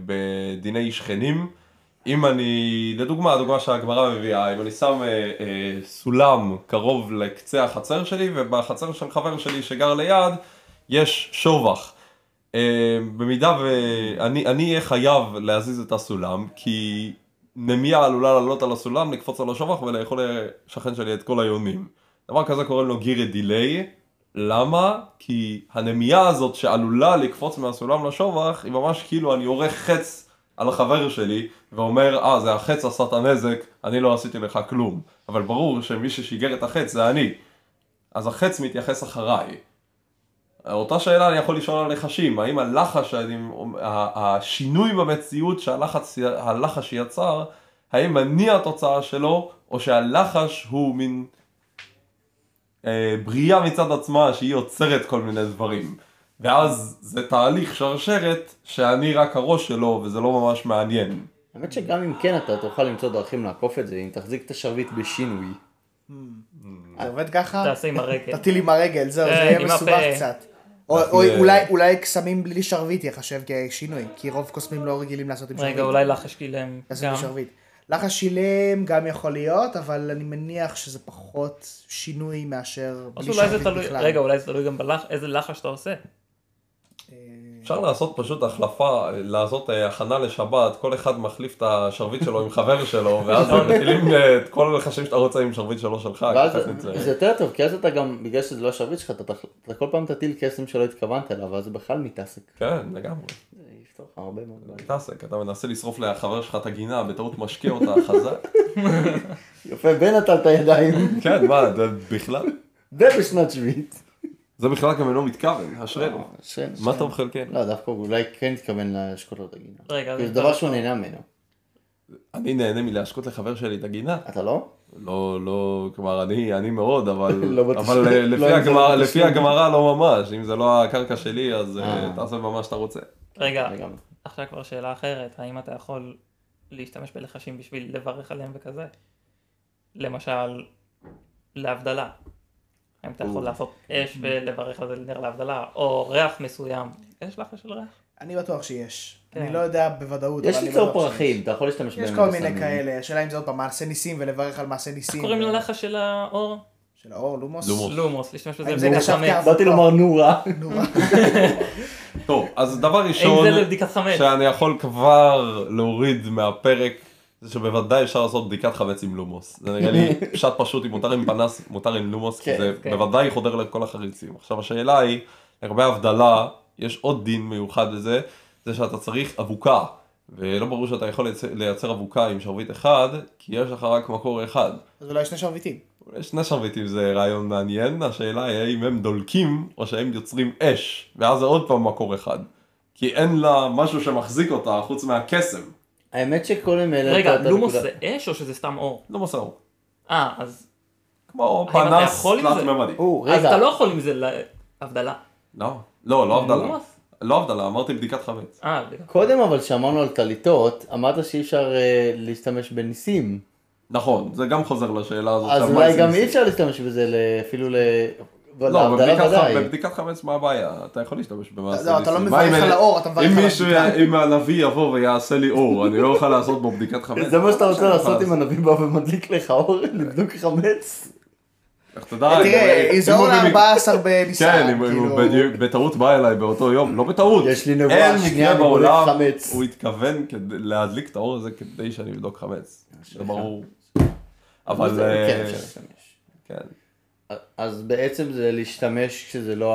בדיני שכנים. אם אני, לדוגמה, הדוגמה שהגמרא מביאה, אם אני שם אה, אה, סולם קרוב לקצה החצר שלי, ובחצר של חבר שלי שגר ליד, יש שובח. אה, במידה ואני אני אהיה חייב להזיז את הסולם, כי נמיה עלולה לעלות על הסולם, לקפוץ על השובח ולאכול לשכן שלי את כל היונים. דבר כזה קוראים לו גירה דיליי. למה? כי הנמייה הזאת שעלולה לקפוץ מהסולם לשובח, היא ממש כאילו אני עורך חץ על החבר שלי, ואומר, אה, זה החץ עשה את הנזק, אני לא עשיתי לך כלום. אבל ברור שמי ששיגר את החץ זה אני. אז החץ מתייחס אחריי. אותה שאלה אני יכול לשאול על נחשים, האם הלחש, השינוי במציאות שהלחש הלחש יצר, האם אני התוצאה שלו, או שהלחש הוא מין אה, בריאה מצד עצמה שהיא יוצרת כל מיני דברים. ואז זה תהליך שרשרת שאני רק הראש שלו וזה לא ממש מעניין. האמת שגם אם כן אתה תוכל למצוא דרכים לעקוף את זה, אם תחזיק את השרביט בשינוי. זה עובד ככה? תעשה עם הרגל. תטיל עם הרגל, זהו, כן, זה יהיה עם מסובך הפה. קצת. או אנחנו- או אולי- אולי קסמים בלי שרביט יחשב כשינוי, כי רוב קוסמים לא רגילים לעשות עם שרביט. רגע, אולי לחש גילם לעשות גם. עם שרביט. לחש שילם גם יכול להיות, אבל אני מניח שזה פחות שינוי מאשר אז בלי אולי זה שרביט תלוי, בכלל. רגע, אולי זה תלוי גם באיזה לחש אתה עושה. אפשר לעשות פשוט החלפה, לעשות אה, הכנה לשבת, כל אחד מחליף את השרביט שלו עם חבר שלו, ואז מטילים אה, את כל הלחשים שאתה רוצה עם שרביט שלו שלך. ואז ככה נצא. זה יותר טוב, כי אז אתה גם, בגלל שזה לא השרביט שלך, אתה תח- אתה כל פעם תטיל קסם שלא התכוונת אליו, ואז זה בכלל מתעסק. כן, לגמרי. זה יפתור לך הרבה מאוד בעיה. מתעסק, אתה מנסה לשרוף לחבר שלך את הגינה, בטעות משקיע אותה חזק. יפה, בנטל את הידיים. כן, מה, זה בכלל? ובשנת שביעית. זה בכלל גם אינו מתכוון, אשרינו. אשרינו, מה אשרינו. טוב חלקנו? לא, דווקא אולי כן התכוון להשקות לו את הגינה. רגע, כי זה זה דבר טוב. שהוא נהנה ממנו. אני נהנה מלהשקות לחבר שלי את הגינה. אתה לא? לא, לא, כלומר, אני, אני מאוד, אבל, לא בטוח. אבל אה, לא, לפי אם זה הגמרא, לא לפי קשור. הגמרא לא ממש. אם זה לא הקרקע שלי, אז אה, אה. תעשה במה שאתה רוצה. רגע, לגמרי. עכשיו כבר שאלה אחרת, האם אתה יכול להשתמש בלחשים בשביל לברך עליהם וכזה? למשל, להבדלה. האם אתה יכול לעשות אש ולברך על זה נר להבדלה, או ריח מסוים. יש לחש של ריח? אני בטוח שיש. כן. אני לא יודע בוודאות, יש אבל אני ליצור בטוח שיש. פרחים, אתה יכול להשתמש בהם. יש כל מיני בסמים. כאלה, השאלה אם זה עוד פעם מעשה ניסים ולברך על מעשה ניסים. קוראים ו- ללחש של האור? של האור, לומוס? לומוס. לומוס, להשתמש בזה האם זה נחשב חמץ. כעבודה? באתי לומר נורה. נורא. טוב, אז דבר ראשון, אם זה לבדיקת חמץ. שאני יכול כבר להוריד מהפרק, זה שבוודאי אפשר לעשות בדיקת חמץ עם לומוס. זה נראה לי פשט פשוט, אם מותר עם פנס, מותר עם לומוס, כי זה בוודאי חודר לכל החריצים. עכשיו השאלה היא, לגבי הבדלה, יש עוד דין מיוחד לזה, זה שאתה צריך אבוקה, ולא ברור שאתה יכול לייצר אבוקה עם שרביט אחד, כי יש לך רק מקור אחד. אז אולי שני שרביטים. אולי שני שרביטים זה רעיון מעניין, השאלה היא האם הם דולקים, או שהם יוצרים אש, ואז זה עוד פעם מקור אחד. כי אין לה משהו שמחזיק אותה, חוץ מהקסם. האמת שכל הם אלה... רגע, לומוס זה אש או שזה סתם אור? לומוס האור. אה, אז... כמו האם אתה פנס יכול עם זה? תלת-ממדי. או, אז רגע. אתה לא יכול עם זה להבדלה. לא, לא, לא הבדלה. לומוס? לא הבדלה, אמרתי בדיקת חמץ. אה, בדיוק. קודם אבל שאמרנו על טליטות, אמרת שאי אפשר אה, להשתמש בניסים. נכון, זה גם חוזר לשאלה הזאת. אז של אולי מה גם זה אי ניסים. אפשר להשתמש בזה ל- אפילו ל... לא, להבדלה בבדיקת ודאי. ח- בבדיקת חמץ מה הבעיה? אתה יכול להשתמש במעשה לא, אתה לא ניסים. מברך מה אם על אני- האור, אתה מברך אם על מישהו, הבדיקה. אם הנביא יבוא ויעשה לי אור, אני לא אוכל לעשות בו בדיקת חמץ. זה מה שאתה רוצה אני לעשות יכול אם הנביא בא ומדליק לך אור, לבדוק חמץ? איך תדע, תראה, אם יזור הוא במק- ל-ארבעה עשר בניסן. כן, אם הוא בדיוק- בטעות בא אליי באותו יום, לא בטעות. יש לי נבואה, אין שנייה, מקרה אני בודק בעולם, חמץ. הוא התכוון כדי להדליק את האור הזה כדי שאני אבדוק חמץ. זה ברור. אבל... זה- אה, כן, אפשר להשתמש. כן. אז בעצם זה להשתמש כשזה לא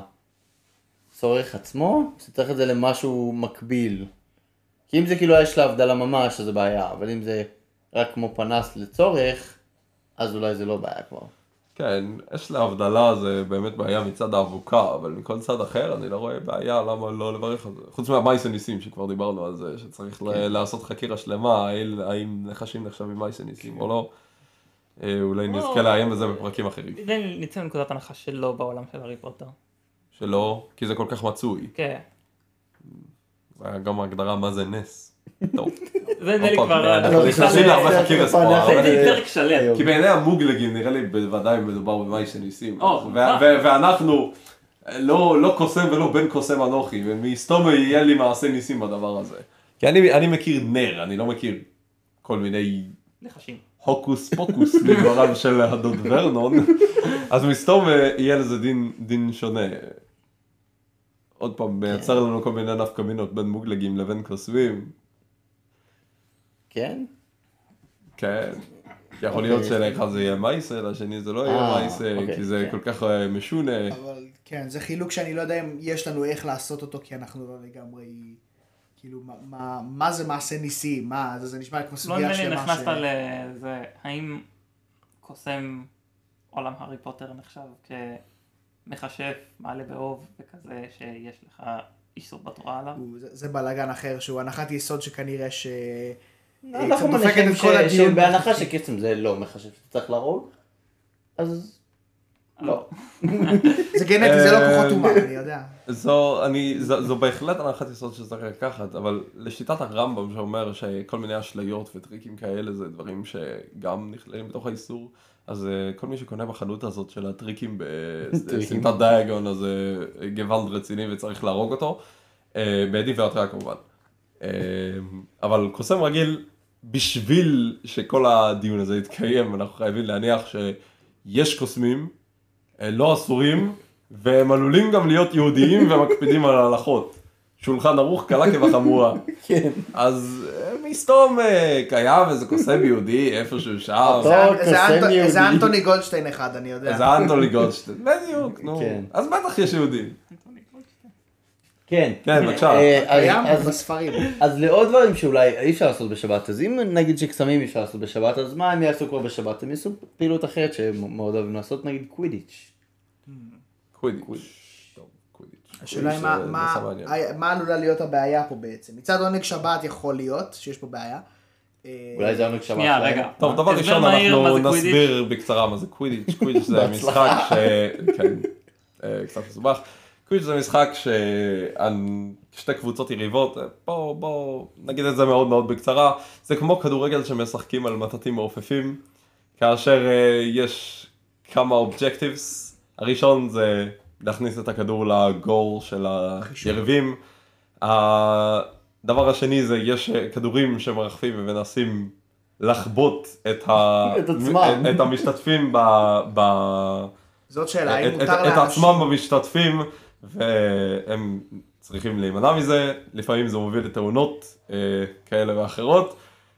הצורך עצמו, שצריך את זה למשהו מקביל. כי אם זה כאילו יש לה הבדלה ממש, אז זה בעיה, אבל אם זה רק כמו פנס לצורך, אז אולי זה לא בעיה כבר. כן, יש להבדלה זה באמת בעיה מצד האבוקה, אבל מכל צד אחר אני לא רואה בעיה למה לא לברך על זה. חוץ מהמייס הניסים שכבר דיברנו על זה, שצריך ל- לעשות חקירה שלמה, האם- האם נחשים נחשבים מייס הניסים או לא. אה, אולי נזכה לעיין בזה בפרקים אחרים. נצא מנקודת הנחה שלא בעולם של הארי פוטר. שלא, כי זה כל כך מצוי. כן. זה היה גם ההגדרה מה זה נס. טוב. זה נראה לי עוד פעם, כבר... אנחנו אנחנו נכנסים נכנסים להרבה ל- חקירה זה- ספורה, זה- אבל- זה פרק שלם. כי בעיני המוגלגים נראה לי בוודאי מדובר במייס הניסים. או, ו- מה? ו- ואנחנו לא לא קוסם ולא בן קוסם אנוכי, ומסתום יהיה לי מעשה ניסים בדבר הזה. כי אני אני מכיר נר, אני לא מכיר כל מיני נחשים. הוקוס פוקוס בדבריו של הדוד ורנון, אז מסתום יהיה לזה דין, דין שונה. עוד פעם, מייצר לנו כל מיני נפקא מינות בין מוגלגים לבין קוסמים. כן? כן. יכול להיות שלאחד זה יהיה מייסה, לשני זה לא יהיה אה, מייסה, אוקיי, כי זה כן. כל כך אה, משונה. אבל כן, זה חילוק שאני לא יודע אם יש לנו איך לעשות אותו, כי אנחנו לא לגמרי, כאילו, מה- מה- מה זה מעשה ניסי? מה, זה זה נשמע כמו לא סוגיה נדמה לי שלמה נכנסת ש... לזה, האם קוסם עולם הארי פוטר נחשב כמכשף, מעלה באוב וכזה שיש לך איסור בתורה עליו? הוא- זה- זה בלאגן אחר, שהוא הנחת יסוד שכנראה ש... אנחנו קצת דופקת מניחים את כל ש- הדיון. שבהנחה שקסם זה לא מחשב שצריך להרוג, אז לא. זה גנטי, זה לא אה, כוחות אומה, אני יודע. זו, אני, זו, זו בהחלט הנחת יסוד שצריך לקחת, אבל לשיטת הרמב"ם שאומר שכל מיני אשליות וטריקים כאלה זה דברים שגם נכללים בתוך האיסור, אז uh, כל מי שקונה בחנות הזאת של הטריקים בסמטת דיאגון, אז uh, גוונד רציני וצריך להרוג אותו, uh, בעדי והתראה כמובן. Uh, אבל קוסם רגיל, בשביל שכל הדיון הזה יתקיים, אנחנו חייבים להניח שיש קוסמים, uh, לא אסורים, והם עלולים גם להיות יהודיים ומקפידים על ההלכות. שולחן ערוך קלה כבחמורה. כן. אז אה, מסתום אה, קיים איזה קוסם יהודי איפשהו שם. טוב. זה- זה קוסם אנטו- יהודי. זה אנטוני גולדשטיין אחד, אני יודע. איזה אנטוני גולדשטיין. בדיוק, נו. כן. אז בטח יש יהודים. כן. כן, בבקשה. אה, אז- קיים אז- בספרים. אז לעוד דברים שאולי אי אפשר לעשות בשבת, אז אם נגיד שקסמים אי אפשר לעשות בשבת, אז מה הם יעשו כבר בשבת? הם יעשו פעילות אחרת שהם מאוד אוהבים לעשות, נגיד קווידיץ'. קווידיץ'. טוב, קווידיץ'. השאלה היא קווידיץ' מה- זה מה- נושא מעניין. מה עלולה להיות הבעיה פה בעצם. מצד עונג שבת יכול להיות שיש פה בעיה. אה, אולי זה עונג שבת. שנייה, שלהם. רגע. טוב, דבר הסבר ראשון מהיר, אנחנו מה זה קווידיץ'? נסביר בקצרה מה זה קווידיץ'. קווידיץ' זה משחק ש... כן, אה, קצת מסובך. קווידיץ' זה משחק ששתי קבוצות יריבות, בואו בואו נגיד את זה מאוד מאוד בקצרה, זה כמו כדורגל שמשחקים על מטטים מעופפים, כאשר אה, יש כמה אובג'קטיבס, הראשון זה להכניס את הכדור לגול של היריבים, הדבר השני זה יש כדורים שמרחפים ומנסים לחבוט את, ה... את עצמם. את המשתתפים ב... ב... זאת שאלה, האם את, את, מותר את להאשים? עצמם במשתתפים, והם צריכים להימנע מזה, לפעמים זה מוביל לתאונות אה, כאלה ואחרות,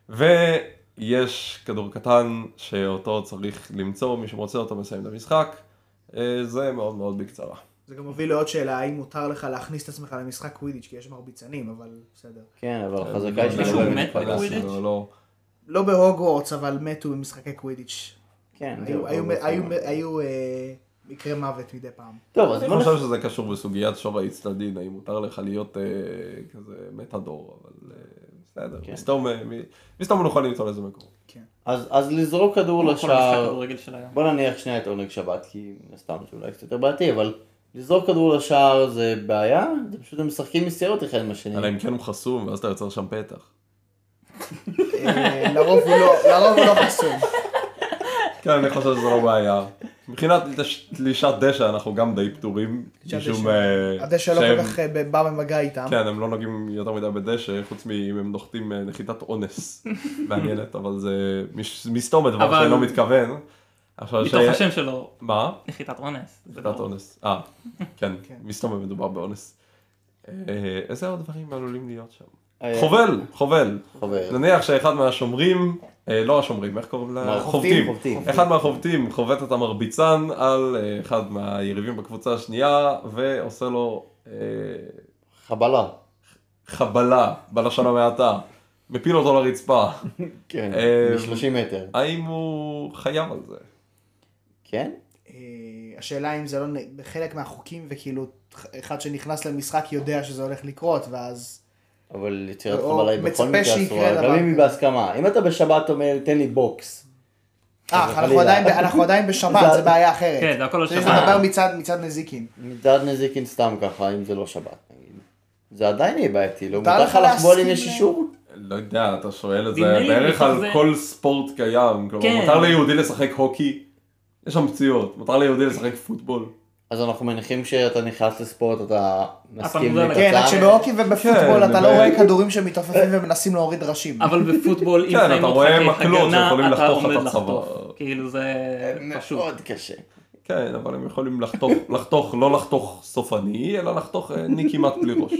ויש כדור קטן שאותו צריך למצוא, מי שמוצא אותו מסיים את המשחק, אה, זה מאוד מאוד בקצרה. זה גם מוביל לעוד שאלה, האם מותר לך להכניס את עצמך למשחק קווידיץ', כי יש מרביצנים, אבל בסדר. כן, אבל החזקה היא מישהו שלו. מת בקווידיץ'? לא, לא בהוגוורטס, אבל מתו במשחקי קווידיץ'. כן, היו- זהו, היו- אבל- היו- היו אה, מקרי מוות מדי פעם. טוב, אז אני בוא חושב נ... שזה קשור בסוגיית שוב האצטדיון, האם מותר לך להיות אה, כזה מתדור, אבל אה, בסדר, כן. מסתום, אה, מ- מסתום נוכל למצוא לזה מקום. אז, אז לזרוק כדור כל המשחק לשער, כדורגל של היום. בוא נניח שנייה את עונג שבת, כי סתם זה אולי קצת יותר בעייתי, אבל לזרוק כדור לשער זה בעיה, זה פשוט הם משחקים מסירות אחד עם השני. אלא אם כן הוא חסום, ואז אתה יוצר שם פתח. אה, לרוב הוא לא- לרוב הוא לא חסום. כן, אני חושב שזה לא בעיה. מבחינת תלישת דשא אנחנו גם די פטורים, משום אה, הדשא לא שהם- כל כך אה, בא במגע איתם. כן, הם לא נוגעים יותר מדי בדשא, חוץ מאם הם נוחתים אה, נחיתת אונס מעניינת, אבל זה מש- מסתום דבר אבל- שאינו מתכוון. עכשיו, מתוך ש- השם שלו, מה? נחיתת אונס. זה נחיתת לא- אונס. אה, כן, כן. מסתום מדובר באונס. אה, איזה עוד דברים עלולים להיות שם? אה, חובל, חובל. חובל. נניח שאחד מהשומרים, אה, לא השומרים, איך קוראים להם? חובטים, חובטים. חובטים. אחד מהחובטים חובט את המרביצן על אה, אחד מהיריבים בקבוצה השנייה, ועושה לו אה, חבלה. חבלה, בלשון המעטה. מפיל אותו לרצפה. כן, אה, מ-שלושים מטר. האם הוא חייב על זה? כן? אה, השאלה אם זה לא נ- בחלק מהחוקים, וכאילו אחד שנכנס למשחק יודע שזה הולך לקרות, ואז... אבל יצירת או חבלה היא בכל מצפה מקרה שיקרה אסורה, דבר גם אם היא כזה. בהסכמה. אם אתה בשבת אומר, תן לי בוקס. אה, חס אנחנו וחלילה. עדיין ב- אנחנו עדיין בשבת, זה בעיה אחרת. כן, זה הכל על צריך שבת. לדבר מצד מצד נזיקין. מצד נזיקין סתם ככה, אם זה לא שבת נגיד. זה עדיין יהיה בעייתי, לא מותר מותר לך לך לחבול אם להסכים יש ל- אישור? לא יודע, אתה שואל את זה נדמה לי בערך מתוך על זה- כל ספורט קיים. כלומר, כן. מותר ליהודי לשחק הוקי, יש שם פציעות. מותר ליהודי לשחק פוטבול. אז אנחנו מניחים שאתה נכנס לספורט, אתה מסכים מודע לזה. כן, רק לקצר? שבהוקי ובפוטבול כן, אתה לא ב- רואה כדורים שמתעופפים ומנסים להוריד ראשים. אבל בפוטבול, אם כן, שמים אתה אותך רואה מקלות כהגנה, שיכולים אתה לחתוך עומד את הצוואר. לחטוף. כאילו זה פשוט. מאוד קשה. כן, אבל הם יכולים לחתוך, לחתוך, לא לחתוך סופני, אלא לחתוך אה, ני כמעט בלי ראש.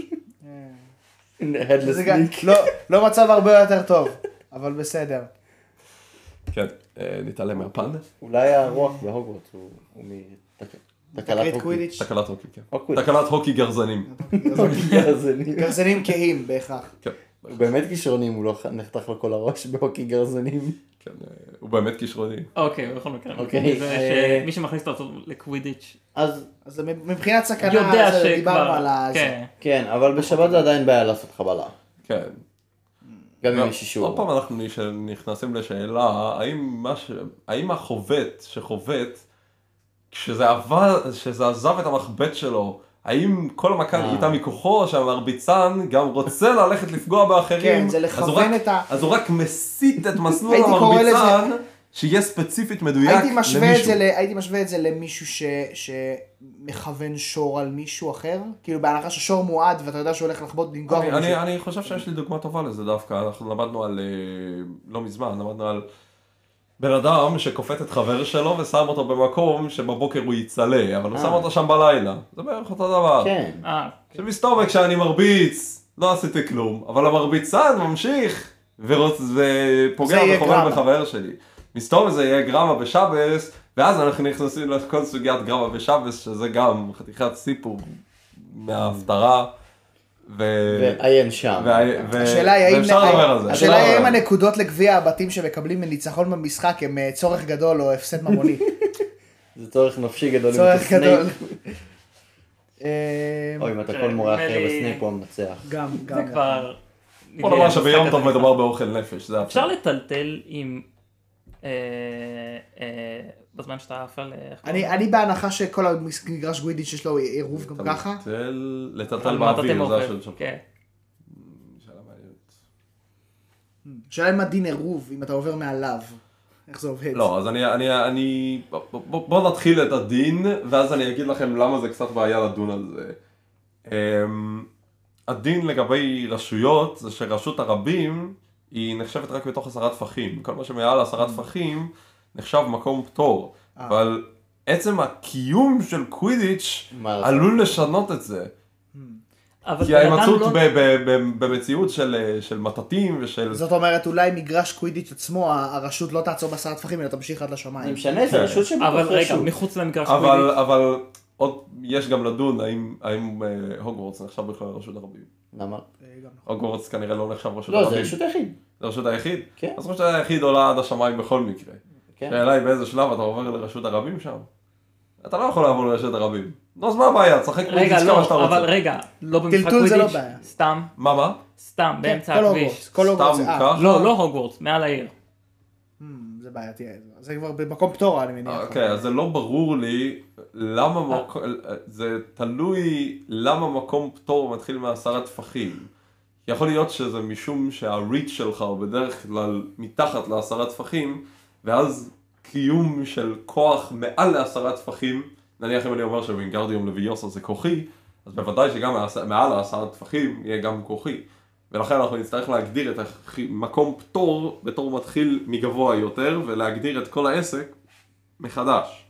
Headless זה גם- sneak. לא- לא מצב הרבה יותר טוב, אבל בסדר. כן, אה, נתעלם מהפן. אולי הרוח בהוגוורטס הוא הוא מתקלת תקרית הוקי. קווידיץ'. תקלת הוקי, כן. הוקי. תקלת הוקי גרזנים. גרזנים. גרזנים כהים בהכרח. כן, הוא באמת כישרוני אם הוא לא נחתך לו כל הראש בהוקי גרזנים. כן, אה, הוא באמת כישרוני. אוקיי, בכל מקרה. אוקיי, זה אה, שמי שמכניס אותו לקווידיץ' אז אז מבחינת סכנה, יודע זה דיברנו שכבר, על ה... זה. כן. כן, אבל בשבת זה עדיין בעיה לעשות חבלה. כן. גם אם יש אישור. עוד פעם אנחנו נש- נכנסים לשאלה, האם, מה ש... האם החובט שחובט, כשזה עבר, כשזה עזב את המחבט שלו, האם כל המכה אה. איתה מכוחו, או שהמרביצן גם רוצה ללכת לפגוע באחרים, כן, זה אז הוא לכוון רק- את ה... אז הוא רק מסיט את מסלול הייתי קורא המרביצן, שיהיה ספציפית מדויק הייתי משווה, את למישהו. זה, ל- הייתי משווה את זה למישהו ש, שמכוון שור על מישהו אחר, כאילו בהנחה ששור מועד ואתה יודע שהוא הולך לחבוט לנגוע אני, במישהו. אני, אני חושב שיש לי דוגמה טובה לזה דווקא, אנחנו למדנו על, אה, לא מזמן, למדנו על בן אדם שקופט את חבר שלו ושם אותו במקום שבבוקר הוא יצלה, אבל הוא אה. שם אותו שם בלילה, זה בערך אותו דבר. כן. אה, שמסתובב כשאני מרביץ, לא עשיתי כלום, אבל המרביצן ממשיך ורוצ... ופוגע זה יהיה וחובר גרמה. בחבר שלי. מסתובב זה יהיה גרמה בשבס, ואז אנחנו נכנסים לכל סוגיית גרמה בשבס, שזה גם חתיכת סיפור מההפטרה. ו... ועיין שם. ו... ו... השאלה היא האם- ואפשר לדבר על זה. השאלה היא אפשר האם לדבר על זה. הנקודות לגביע הבתים שמקבלים מניצחון במשחק הם אה, צורך גדול או הפסד ממוני. זה צורך נפשי גדול. אם צורך אתה גדול. סנייפ. אה, או אם אתה כן, כל מורה נדמה אחר לי- בסנייפ הוא המנצח. גם, גם. זה כבר... בוא נאמר המשחק שביום הזה טוב כבר- מדובר באוכל נפש, זה אפשר הפעם. לטלטל עם... אה, אה, בזמן שאתה עף על... איך אני, קוראים אני בהנחה שכל המגרש גווידיץ' יש לו עירוב גם ככה. לטלטל- לו? לטלטל על מה אתה באוויר, זה מוכר. השאלה שלך. כן. שאלה מעניינת. השאלה אם הדין עירוב, אם אתה עובר מעליו. איך זה עובד? לא, אז אני, אני, אני, בוא, בוא, בוא נתחיל את הדין, ואז אני אגיד לכם למה זה קצת בעיה לדון על זה. Um, הדין לגבי רשויות, זה שרשות הרבים, היא נחשבת רק בתוך עשרה טפחים. כל מה שמעל עשרה טפחים, נחשב מקום פטור. אה. אבל עצם הקיום של קווידיץ' מה לעשות? עלול לשנות את זה. אבל כי בן אדם ההימצאות לא- ב- ב- ב- במציאות של של מטטים ושל... זאת אומרת, אולי מגרש קווידיץ' עצמו, הרשות לא תעצור בעשרה טפחים, אלא תמשיך עד זה לשמיים. משנה, זה רשות שבתוך אבל רגע, רשות. מחוץ למגרש אבל קווידיץ'. אבל עוד יש גם לדון האם האם אה, הוגוורטס נחשב בכלל רשות הרבים. למה? אה, גם נכון. הוגוורטס כנראה לא נחשב רשות לא, זה הרבים. רשות היחיד. זה רשות היחיד? כן. אז רשות היחיד עולה עד השמיים בכל מקרה. כן. השאלה היא באיזה שלב אתה עובר לרשות הרבים שם. אתה לא יכול לעבור לרשות הרבים. נו, אז מה הבעיה? תשחק רגע, קווידיץ' כמה לא, שאתה רוצה. אבל רגע, לא במשחק טלטול זה לא קווידיץ', בעיה. סתם, מה מה? סתם, באמצע כל הכביש. הוגוורטס, כל הוגוורטס, סתם אה, ככה? לא, לא הוגוורטס, מעל העיר. hmm, זה בעייתי, זה כבר במקום פטור, אני מניח. אוקיי, אז זה לא ברור לי למה מקום... זה תלוי למה מקום פטור מתחיל מעשרה טפחים. יכול להיות שזה משום שהריץ' שלך הוא בדרך כלל מתחת לעשרה טפחים, ואז קיום של כוח מעל לעשרה טפחים, נניח אם אני אומר שווינגרדיום לוויוסה זה כוחי, אז בוודאי שגם מעל לעשרה טפחים יהיה גם כוחי. ולכן אנחנו נצטרך להגדיר את מקום פטור בתור מתחיל מגבוה יותר, ולהגדיר את כל העסק מחדש.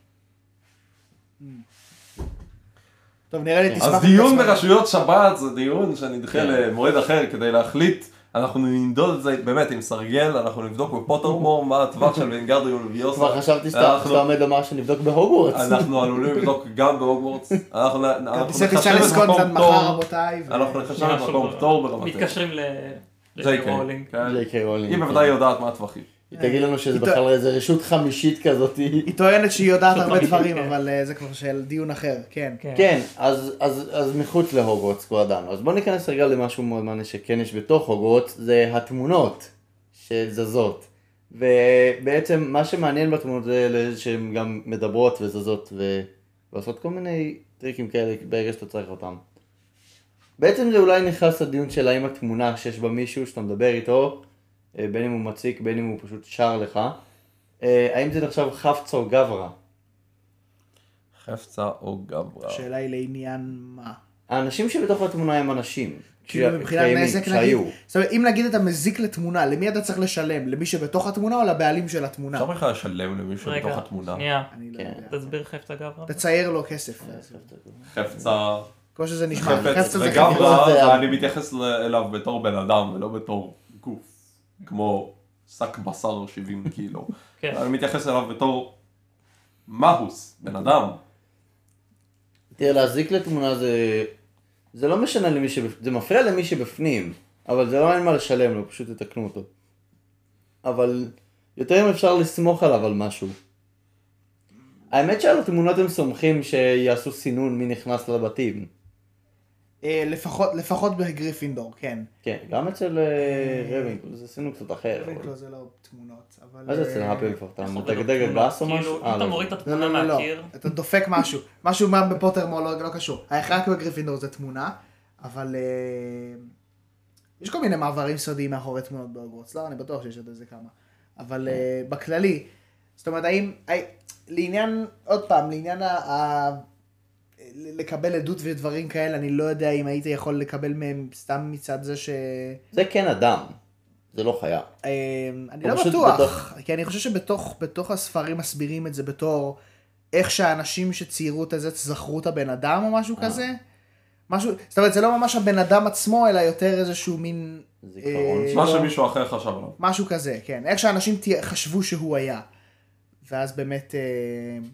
טוב, נראה לי תשמח. אז דיון ברשויות שבת זה דיון שנדחה למועד אחר כדי להחליט. אנחנו נמדוד את זה באמת עם סרגל, אנחנו נבדוק בפוטרמור מה הטווח של וינגרדיום לוויוסה. כבר חשבתי שאתה אנחנו- שאתה עומד לומר שנבדוק בהוגוורטס. אנחנו עלולים לבדוק גם בהוגוורטס. אנחנו נ- אנחנו כרטיסי נחשב טיסה את לסקוטלנד מקום מחר, פטור. רבותיי. ו- אנחנו נחשב שנייה, את מקום שוב, פטור ברמתנו. מתקשרים ל... ג'יי קיי, לרולינג. כן. ג'יי קיי רולינג. היא בוודאי יודעת מה הטווחים. היא תגיד לנו שזה איתו- בכלל איזה רשות חמישית כזאת. היא טוענת שהיא יודעת הרבה חמישית, דברים, כן. אבל אה, זה כבר של דיון אחר, כן. כן. כן, אז, אז, אז מחוץ להוגוורטס כבר ידענו. אז בואו ניכנס רגע למשהו מאוד מעניין שכן יש בתוך הוגוורטס, זה התמונות שזזות. ובעצם מה שמעניין בתמונות זה שהן גם מדברות וזזות ו... ועושות כל מיני טריקים כאלה ברגע שאתה צריך אותם. בעצם זה אולי נכנס לדיון של האם התמונה שיש בה מישהו שאתה מדבר איתו, אה, בין אם הוא מציק, בין אם הוא פשוט שר לך, אה, האם זה נחשב חפץ או גברא? חפצה או גברא. השאלה היא לעניין מה. האנשים שבתוך התמונה הם אנשים. כאילו ש- מבחינת קיימים, נזק נגיד, שהיו. זאת אומרת, אם נגיד אתה מזיק לתמונה, למי אתה צריך לשלם? למי שבתוך התמונה או לבעלים של התמונה? אפשר בכלל לשלם למישהו בתוך רגע, התמונה. שנייה, אני לא כן. יודע. תסביר חפצה גברא. תצייר לו כסף. חפצה, כמו שזה נשמע, חפץ חפץ זה וגברא, חפץ. זה- זה אני מתייחס אליו בתור בן אדם ולא בתור גוף. כמו שק בשר שבעים קילו. כן. אני מתייחס אליו בתור מהוס, בן אדם. תראה, להזיק לתמונה זה... זה לא משנה למי שבפנים, זה מפריע למי שבפנים, אבל זה לא אין מה לשלם לו, פשוט תתקנו אותו. אבל יותר אם אפשר לסמוך עליו על משהו. האמת שעל התמונות הם סומכים שיעשו סינון מי נכנס לבתים. אה, לפחות, לפחות בגריפינדור, כן. כן, גם אצל אה, רבינקלו זה סינון קצת אחר. אבל- לא, זה לא תמונות, אבל... מה זה אצל אה, הפלפור? אתה איך מדגדג עובד על התמונה? גס או כאילו, משהו? אם אה, אתה לא. מוריד את לא, התמונה לא, לא, לא. מהקיר, אתה דופק משהו. משהו מה בפוטרמור לא, לא קשור. רק בגריפינדור זה תמונה, אבל... אה, יש כל מיני מעברים סודיים מאחורי תמונות בהוגוורטס. לא, אני בטוח שיש עוד איזה כמה. אבל אה, בכללי, זאת אומרת, האם... האם- לעניין, עוד פעם, לעניין ה... ה- לקבל עדות ודברים כאלה, אני לא יודע אם היית יכול לקבל מהם סתם מצד זה ש... זה כן אדם, זה לא חיה. אה, אני או לא פשוט בטוח, בתוך- כי אני חושב שבתוך בתוך הספרים מסבירים את זה בתור איך שהאנשים שציירו את זה זכרו את הבן אדם או משהו כזה. משהו, זאת אומרת, זה לא ממש הבן אדם עצמו, אלא יותר איזשהו מין... זיכרון אה, שלו. מה שמישהו אחר חשב עליו. משהו כזה, כן. איך שאנשים תהיה- חשבו שהוא היה. ואז באמת... אה,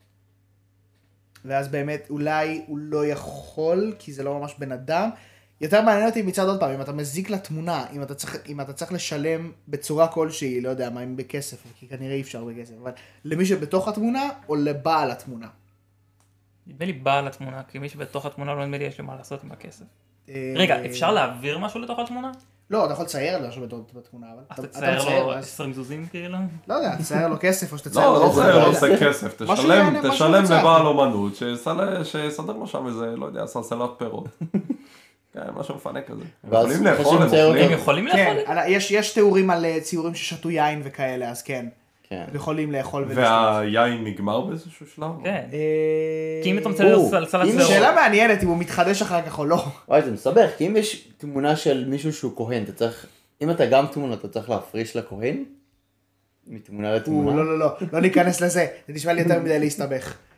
ואז באמת אולי הוא לא יכול, כי זה לא ממש בן אדם. יותר מעניין אותי מצד עוד פעם, אם אתה מזיק לתמונה, אם אתה צריך, אם אתה צריך לשלם בצורה כלשהי, לא יודע מה, אם בכסף, כי כנראה אי אפשר בכסף, אבל למי שבתוך התמונה או לבעל התמונה. נדמה לי בעל התמונה, כי מי שבתוך התמונה לא נדמה לי יש לי מה לעשות עם הכסף. אה, רגע, אפשר להעביר משהו לתוך התמונה? לא, אתה יכול לצייר משהו בתור- בתמונה, אבל... אז אתה- תצייר אתה מצייר, לו אז- עשרים זוזים כאילו? לא יודע, תצייר לו כסף, או שתצייר לא, לו... לא איזה- חייב לא עושה יודע. כסף, משהו תשלם, יענה, משהו תשלם מוצע. לבעל אומנות, שיסל- שיסדר לו שם איזה, לא יודע, סלסלת פירות. כן, משהו מפנה כזה. הם ואז יכולים לאכול, חשוב הם לצייר אוכלים. הם יכולים לאכול כן, את זה? על- יש יש תיאורים על אה, ציורים ששתו יין וכאלה, אז כן. כן. הם יכולים לאכול ולשתות. והיין נגמר באיזשהו שלב? כן. אה, כי אם אתה מצייר או, סלסלת אם שערות. שאלה מעניינת אם הוא מתחדש אחר כך או לא. וואי, זה מסבך, כי אם יש תמונה של מישהו שהוא כהן, אתה צריך, אם אתה גם תמונה, אתה צריך להפריש לכהן? מתמונה הוא, לתמונה? לא, לא, לא, לא ניכנס לזה, זה נשמע לי יותר מדי להסתבך.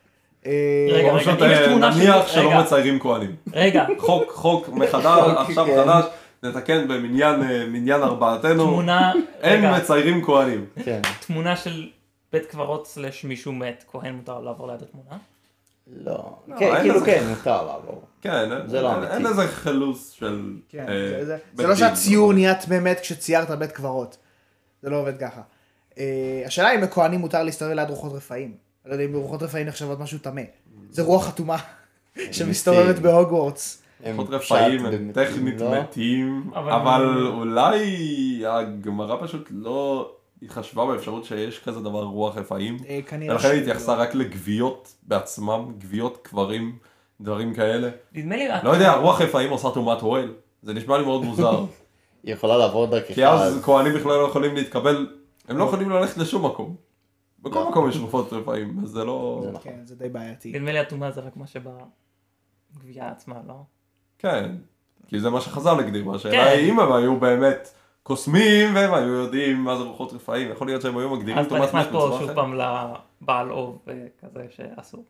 אה, רגע, או רגע, פשוט אם יש אה, תמונה של- נניח שלא רגע. מציירים כהנים. רגע, חוק, חוק מחדש, עכשיו כן. חדש, נתקן במניין אה, מניין ארבעתנו, תמונה, אין רגע, מציירים כהנים. כן. תמונה של בית קברות סלש מישהו מת, כהן מותר לעבור ליד התמונה? לא. לא, כן, אין כאילו לזה- כן, מותר לעבור. כן, אין- זה לא אין- אמיתי. אין איזה חילוס של כן, אה, זה- זה- בית זה לא דין, שהציור אבל- נהיה טמא מת כשציירת בית קברות. זה לא עובד ככה. אה, השאלה אם לכהנים מותר להסתובב ליד רוחות רפאים. אני לא יודע אם רוחות רפאים נחשבות משהו טמא. זה רוח אטומה שמסתובבת בהוגוורטס. רוחות הם רפאים פשט הם במתים, טכנית לא? מתים, אבל- אבל אולי הגמרא פשוט לא התחשבה באפשרות שיש כזה דבר רוח רפאים, אה, כנראה ולכן שלא. היא התייחסה רק לגוויות בעצמם, גוויות, קברים, דברים כאלה. נדמה לי, לא יודע, רוח רפאים עושה טומאת אוהל, זה נשמע לי מאוד מוזר, היא יכולה לעבור דרכך. כי אז כהנים בכלל לא יכולים להתקבל, הם לא יכולים ללכת לשום מקום. בכל לא. מקום יש רוחות רפאים, אז זה לא... זה נכון. כן, זה די בעייתי. נדמה לי הטומאה זה רק מה שבגבייה עצמה, לא? כן, כי זה מה שחז"ל הגדירו, השאלה כן. היא אם הם היו באמת קוסמים והם היו יודעים מה זה רוחות רפאים, יכול להיות שהם היו מגדירים אז אתה טומאת נכנס מת פה בצורה שוב אחרת. פעם לבעל אוב כזה שאסור.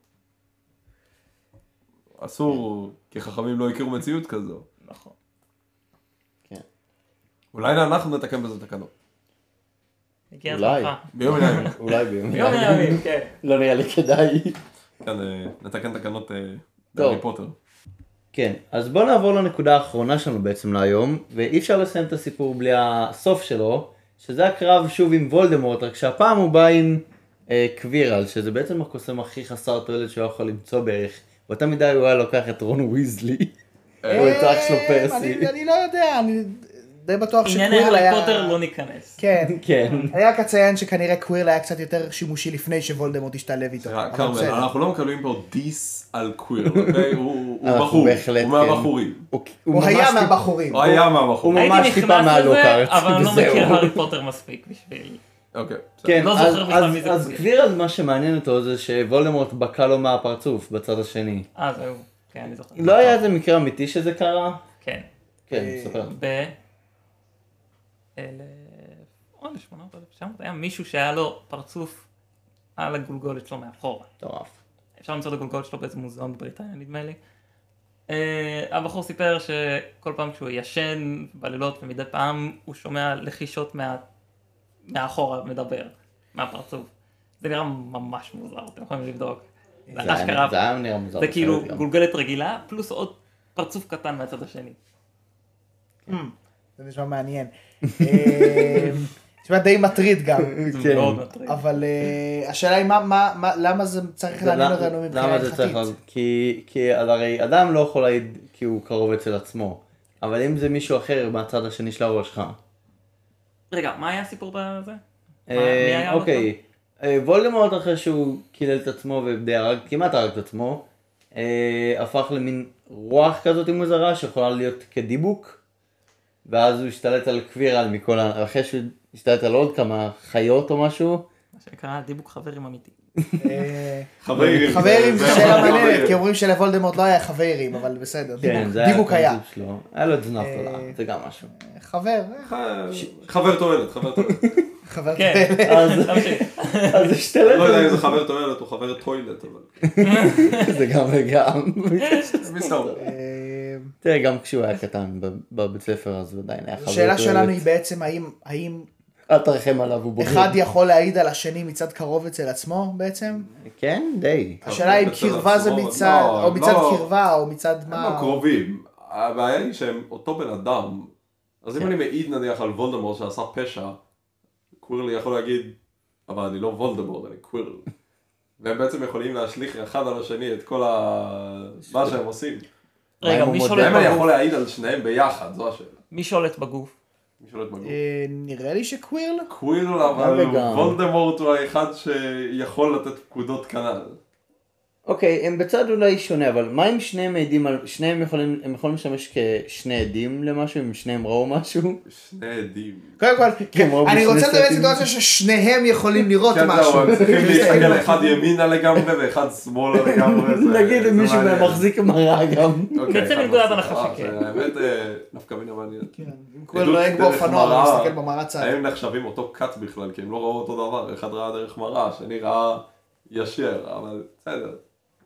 אסור, כי חכמים לא הכירו מציאות כזו. נכון. כן. אולי אנחנו נתקן בזה תקנות. הגיע אולי. הזמנך. ביום מן הימים. אולי ביום יום מהימים, כן. לא נראה לי כדאי. כן, אה, נתקן תקנות אה, טוב. בהארי פוטר. כן, אז בואו נעבור לנקודה האחרונה שלנו בעצם להיום, ואי אפשר לסיים את הסיפור בלי הסוף שלו, שזה הקרב שוב עם וולדמורט, רק שהפעם הוא בא עם אה, קווירל, שזה בעצם הקוסם הכי חסר תועלת שהוא יכול למצוא בערך. באותה מידה הוא היה לוקח את רון ויזלי, או את אח שלו אה, פרסי. אני- אני לא יודע, אני די בטוח ענייני שקווירל הארי היה... פוטר לא ניכנס. כן. כן. אני רק אציין שכנראה קווירל היה קצת יותר שימושי לפני שוולדמורט השתלב איתו. סליחה, אבל כרמל, בסדר. אנחנו לא מקבלים פה דיס על קוויר, אוקיי? הוא הוא אנחנו בחור, בהחלט, הוא כן. מהבחורים. הוא הוא היה ממש טיפ- מהבחורים. הוא היה הוא מהבחורים. ממש הייתי טיפה נכנס מעל לזה, לוקארט, אבל אני לא וזהו. מכיר הארי פוטר מספיק בשביל... אוקיי. כן, לא אז- זוכר בכלל אז- מי זה אז קווירל. קווירל מה שמעניין אותו זה שוולדמורט בקע לו מהפרצוף בצד השני. אה, זהו. כן, אני זוכר. לא היה איזה מקרה אמיתי שזה קרה? כן. כן, אה, ספר. ב... אלף... או, ב-שמונה מאות אלף תשע מאות היה מישהו שהיה לו פרצוף על הגולגולת שלו מאחורה. מטורף. אפשר למצוא את הגולגולת שלו באיזה מוזיאון בבריטניה, נדמה לי. אה, הבחור סיפר שכל פעם כשהוא ישן בלילות ומדי פעם הוא שומע לחישות מה... מאחורה מדבר, מהפרצוף. זה נראה ממש מוזר, אתם יכולים לבדוק. זה זה היה- אשכרה, זה היה נראה מוזר. זה כאילו בסרט גם. גולגולת רגילה פלוס עוד פרצוף קטן מהצד השני. זה נשמע מעניין. אה, נשמע די מטריד גם. זה כן. מאוד מטריד. אבל אה, השאלה היא מה- מה- מה- למה זה צריך לעניין אותנו מבחינה למה זה צריך הלכתית. לעשות? כי כי הרי אדם לא יכול להעיד כי הוא קרוב אצל עצמו. אבל אם זה מישהו אחר מהצד השני של הראש שלך. רגע, מה היה הסיפור בזה? מה- מי אה, היה אוקיי, אה, וולדמורט אחרי שהוא קילל את עצמו ודי הרג, כמעט הרג את עצמו, אה, הפך למין רוח כזאת מוזרה שיכולה להיות כדיבוק, ואז הוא השתלט על קווירל מכל ה... אחרי שהוא השתלט על עוד כמה חיות או משהו. מה שנקרא דיבוק חברים אמיתי. אה, חברים. חברים זה זה שאלה חברים. מעניינת, כי אומרים שלוולדמורט לא היה חברים, אבל בסדר, כן, דיבוק- זה היה דיבוק היה. הקונספט שלו. היה לו תזונה אה, גדולה, זה גם משהו. חבר, חבר תועלת, חבר תועלת. חבר כן, אז- תמשיך. אז השתלט לא יודע אם על זה חבר תועלת או חבר טוילט, אבל... זה גם וגם. מסתבר. אה, תראה, גם כשהוא היה קטן בב- בבית ספר אז הוא עדיין היה חבר. השאלה תועלת. שלנו היא בעצם האם- האם אל תרחם עליו, הוא בוגר. אחד יכול להעיד על השני מצד קרוב אצל עצמו בעצם? כן, די. השאלה אם אצל קרבה זה עצמו, מצד, לא, או מצד לא. קרבה, או מצד הם מה. לא קרובים. הבעיה היא שהם אותו בן אדם. אז אם כן. אני מעיד נניח על וולדמורט שעשה פשע, קווירל יכול להגיד, אבל אני לא וולדמורט, אני קווירל. והם בעצם יכולים להשליך אחד על השני את כל ה... מה שהם עושים. רגע, מה אם מי הוא שולט למה אני בגוף? יכול להעיד על שניהם ביחד? זו השאלה. מי שולט בגוף? מי שולט בגוף. אה, נראה לי שקווירל? קווירל, אבל וגם. וולדמורט הוא האחד שיכול לתת פקודות כנ"ל. אוקיי, הם בצד אולי שונה, אבל מה אם שניהם עדים על... שניהם יכולים, הם יכולים לשמש כשני עדים למשהו, אם שניהם ראו משהו? שני עדים. קודם כל, כן, ראו אני בשני רוצה לדבר על סרטים. סיטואציה ששניהם יכולים לראות כן, משהו. זהו, הם צריכים להסתכל אחד ימינה לגמרי ואחד שמאלה לגמרי. זה- נגיד זה אם מישהו מעניין. מהם מחזיק מראה גם. אוקיי, נצא חד מנקודת משמעית. הנחה אה, שכן. זה האמת, אה, דווקא מינה מעניין. כן, אם קווירל עדות נוהג דרך באופנוע מראה, ומסתכל במראה צד. הם נחשבים אותו קאט בכלל, כי הם לא ראו אותו דבר. אחד ראה דרך מראה, השני ראה ישיר, אבל בסדר.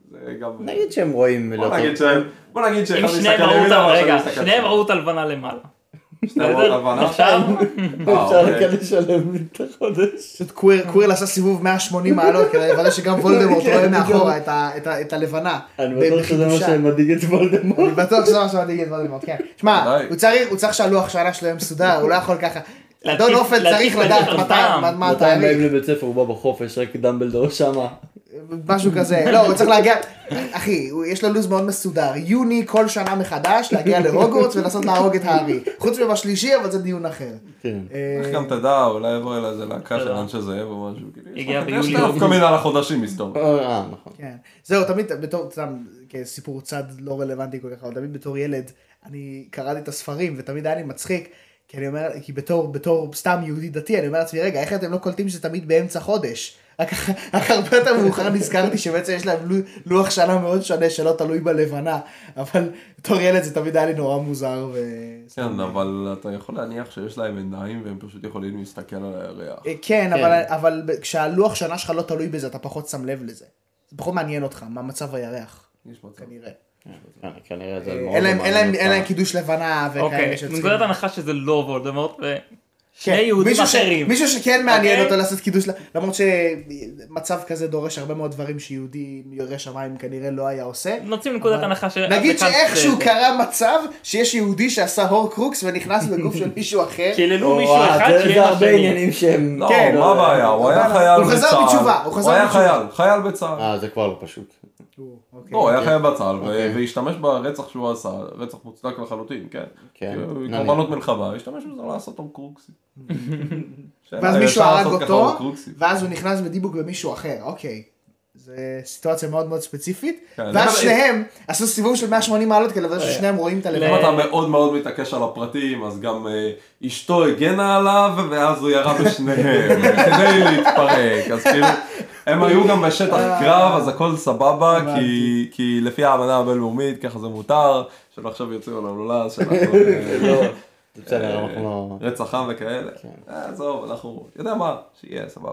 זה גם... נגיד שהם רואים... בוא נגיד שהם... בוא נגיד שאחד אם מסתכל שניהם ראו ימינה אותה, והשני רגע, מסתכל שניהם שמאלה. ראו את הלבנה למעלה. שניהם ראו את הלבנה? עכשיו, אפשר אוקיי. רק לשלם את החודש. פשוט קוויר, קוויר עשה סיבוב מאה ושמונים מעלות כדי לוודא שגם וולדמורט רואה מאחורה את ה- את ה- את הלבנה. אני בטוח שזה מה בחידושה. שמדאיג את וולדמורט. אני בטוח שזה מה שמדאיג את וולדמורט, כן. שמע, ודאי. הוא צריך, הוא צריך שהלוח שנה שלו יהיה מסודר, הוא לא יכול ככה. להטיף- אדון אופל להטיף צריך לדעת בספר מתי, פעם. מה- מה מתי הם באים התאריך, לבית ספר, הוא בא בחופש, רק דמבלדור שמה. משהו כזה. לא, הוא צריך להגיע, אחי, הוא- יש לו לו"ז מאוד מסודר. יוני כל שנה מחדש, להגיע להוגוורטס ולנסות להרוג את הארי. חוץ מבשלישי, אבל זה דיון אחר. כן. אה, איך גם תדע, אולי יבוא אליי איזה להקה של אנשי זאב או משהו. כאילו, יש הגיע לך- ביולי. יש לך דווקא מנהל החודשים מסתובב. אה, נכון. כן. זהו, תמיד בתור, סתם, כסיפור צד לא רלוונטי כל כך, אבל תמיד בתור ילד, אני קראתי את הספרים, ותמיד היה לי מצחיק, כי אני אומר, כי בתור, בתור סתם יהודי דתי, אני אומר לעצמי, רגע, איך אתם לא קולטים שזה תמיד באמצע חודש? רק, רק הרבה יותר מאוחר נזכרתי שבעצם יש להם לו- לוח שנה מאוד שונה שלא תלוי בלבנה, אבל בתור ילד זה תמיד היה לי נורא מוזר. ו... כן, אבל אתה יכול להניח שיש להם עיניים והם פשוט יכולים להסתכל על הירח. אה, כן, אבל, אבל כשהלוח שנה שלך לא תלוי בזה, אתה פחות שם לב לזה. זה פחות מעניין אותך, מה מצב הירח, יש מצב. כנראה. כן, כנראה זה אה, מאוד אין להם- לא אין להם- מעניין אין להם אותך. קידוש לבנה וכאלה אוקיי, שצריכים. מנקודת הנחה שזה לא וולדמורט, ושני כן, יהודים מישהו ש- אחרים. מישהו שכן מעניין אוקיי? אותו לעשות קידוש, למרות שמצב כזה דורש הרבה מאוד דברים שיהודי ירא שמיים כנראה לא היה עושה. נוצאים מנקודת אבל- הנחה ש... נגיד זה כאן- שאיכשהו זה- קרה מצב שיש יהודי שעשה הור קרוקס ונכנס בגוף של מישהו אחר. קיללו או, מישהו אה, אחד זה- שיהיה זה הרבה לשני. עניינים שהם... לא, כן. מה הבעיה? הוא היה אבל- חייל הוא חזר בצה"ל. בתשובה, הוא חזר היה בתשובה. חייל, חייל בצה"ל. אה, זה כבר לא פשוט. אוקיי. לא, הוא היה חייל בצה"ל, ו- אוקיי. והשתמש ברצח שהוא עשה, רצח מוצדק לחלוטין, כן. כן, כאילו, נניח. קורבנות מלחמה, השתמש בזה לעשות אור קרוקסי. ואז אפשר מישהו הרג לעשות ככה אור אותו, קרוקסי. ואז הוא נכנס בדיבוק במישהו אחר, אוקיי. זו סיטואציה מאוד מאוד ספציפית, כן, ואז זה- שניהם עשו סיבוב של מאה ושמונים מעלות כדי לוודא ששניהם רואים את אם הלבנה. אתה מאוד מאוד מתעקש על הפרטים, אז גם אה, אשתו הגנה עליו, ואז הוא ירה בשניהם, כדי להתפרק. אז כאילו, הם היו גם בשטח קרב, אז הכל סבבה, כי- כי לפי האמנה הבינלאומית, ככה זה מותר, שלא עכשיו יוצאו על הלולה, שאנחנו... אה, לא, זה בסדר, אנחנו לא... רצח עם וכאלה. אה, עזוב, אנחנו... יודע מה, שיהיה, סבבה.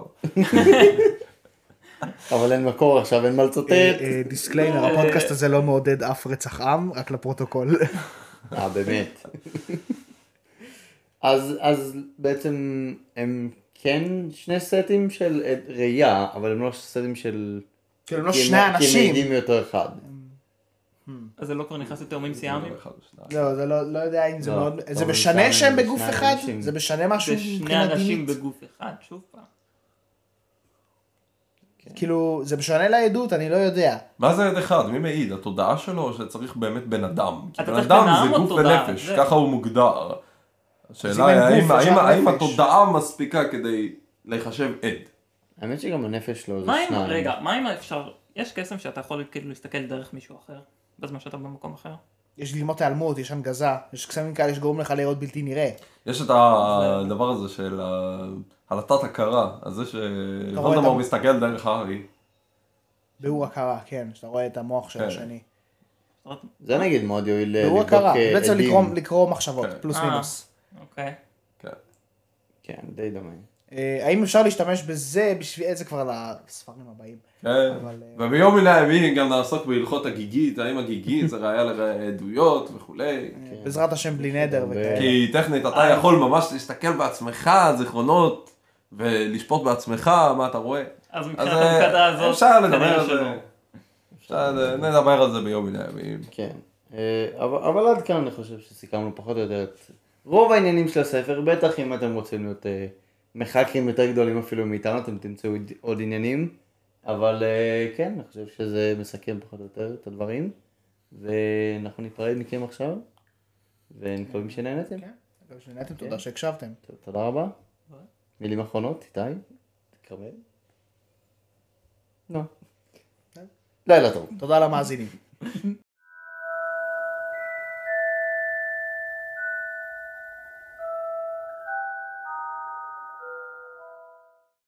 אבל אין מקור עכשיו, אין מה לצטט. דיסקליימר, הפודקאסט הזה לא מעודד אף רצח עם, רק לפרוטוקול. אה, באמת. אז, אז בעצם הם כן שני סטים של אה, ראייה, אבל הם לא סטים של... כאילו הם לא כי הם- שני כי הם אנשים. מעידים מאותו אחד. אז זה לא כבר נכנס לתאומים סיאמיים? אחד או שניים. לא, זה לא לא יודע אם זה לא, מאוד... לא זה מזמן, משנה שהם זה בגוף שני אחד? אנשים. זה משנה משהו זה שני מבחינה אנשים דינית? בגוף אחד, שוב פעם. כאילו, זה משנה לעדות, אני לא יודע. מה זה עד אחד? מי מעיד? התודעה שלו או שצריך באמת בן אדם? כי אתה בן צריך אדם בן זה אדם גוף או תודעה? ונפש, זה- ככה הוא מוגדר. אם השאלה אין היא גוף, האם- אפשר האם האם נפש. התודעה מספיקה כדי להיחשב עד. האמת שגם הנפש שלו זה מה אם, שניים. רגע, מה אם אפשר, יש קסם שאתה יכול כאילו להסתכל דרך מישהו אחר, בזמן שאתה במקום אחר? יש גלימות היעלמות, יש הנגזה, יש קסמים כאלה שגורם לך לראות בלתי נראה. יש את הדבר הזה של ה- על התת הכרה, אז זה רואה את שוולדמורט ה- מסתכל דרך הארי. ביאור הכרה, כן, שאתה רואה את המוח של כן. השני. זאת אומרת, זה נגיד מאוד יועיל ביאור לבדוק הכרה, אה, בעצם עדים. לקרוא- לקרוא מחשבות, כן. פלוס אה. מינוס. אוקיי. כן. כן, די דומה. אה, האם אפשר להשתמש בזה בשביל איזה כבר לספרים הבאים? כן. אבל, אה, וביום מן הימים גם נעסוק בהלכות הגיגית, האם הגיגית זה ראיה לעדויות וכולי. בעזרת השם בלי נדר וכאלה. כי טכנית אתה יכול ממש להסתכל בעצמך על זיכרונות ולשפוט בעצמך מה אתה רואה. אז אז מבחינת אה, המקדה הזאת, אפשר לדבר כנראה על שלא. זה. אפשר נדבר על זה ביום מן הימים. כן. אה, אבל, אבל עד כאן אני חושב שסיכמנו פחות או יותר את רוב העניינים של הספר. בטח אם אתם רוצים להיות אה, מחקרים יותר גדולים אפילו מאיתנו, אתם תמצאו עוד- עוד עניינים. אבל אה, כן, אני חושב שזה מסכם פחות או יותר את הדברים. ואנחנו ניפרד מכם עכשיו. ונקווים שנהנתם. כן, מקווה שנהנתם, תודה שהקשבתם. תודה רבה. מילים אחרונות, איתי? תקרבל. לא. לילה טוב. תודה למאזינים.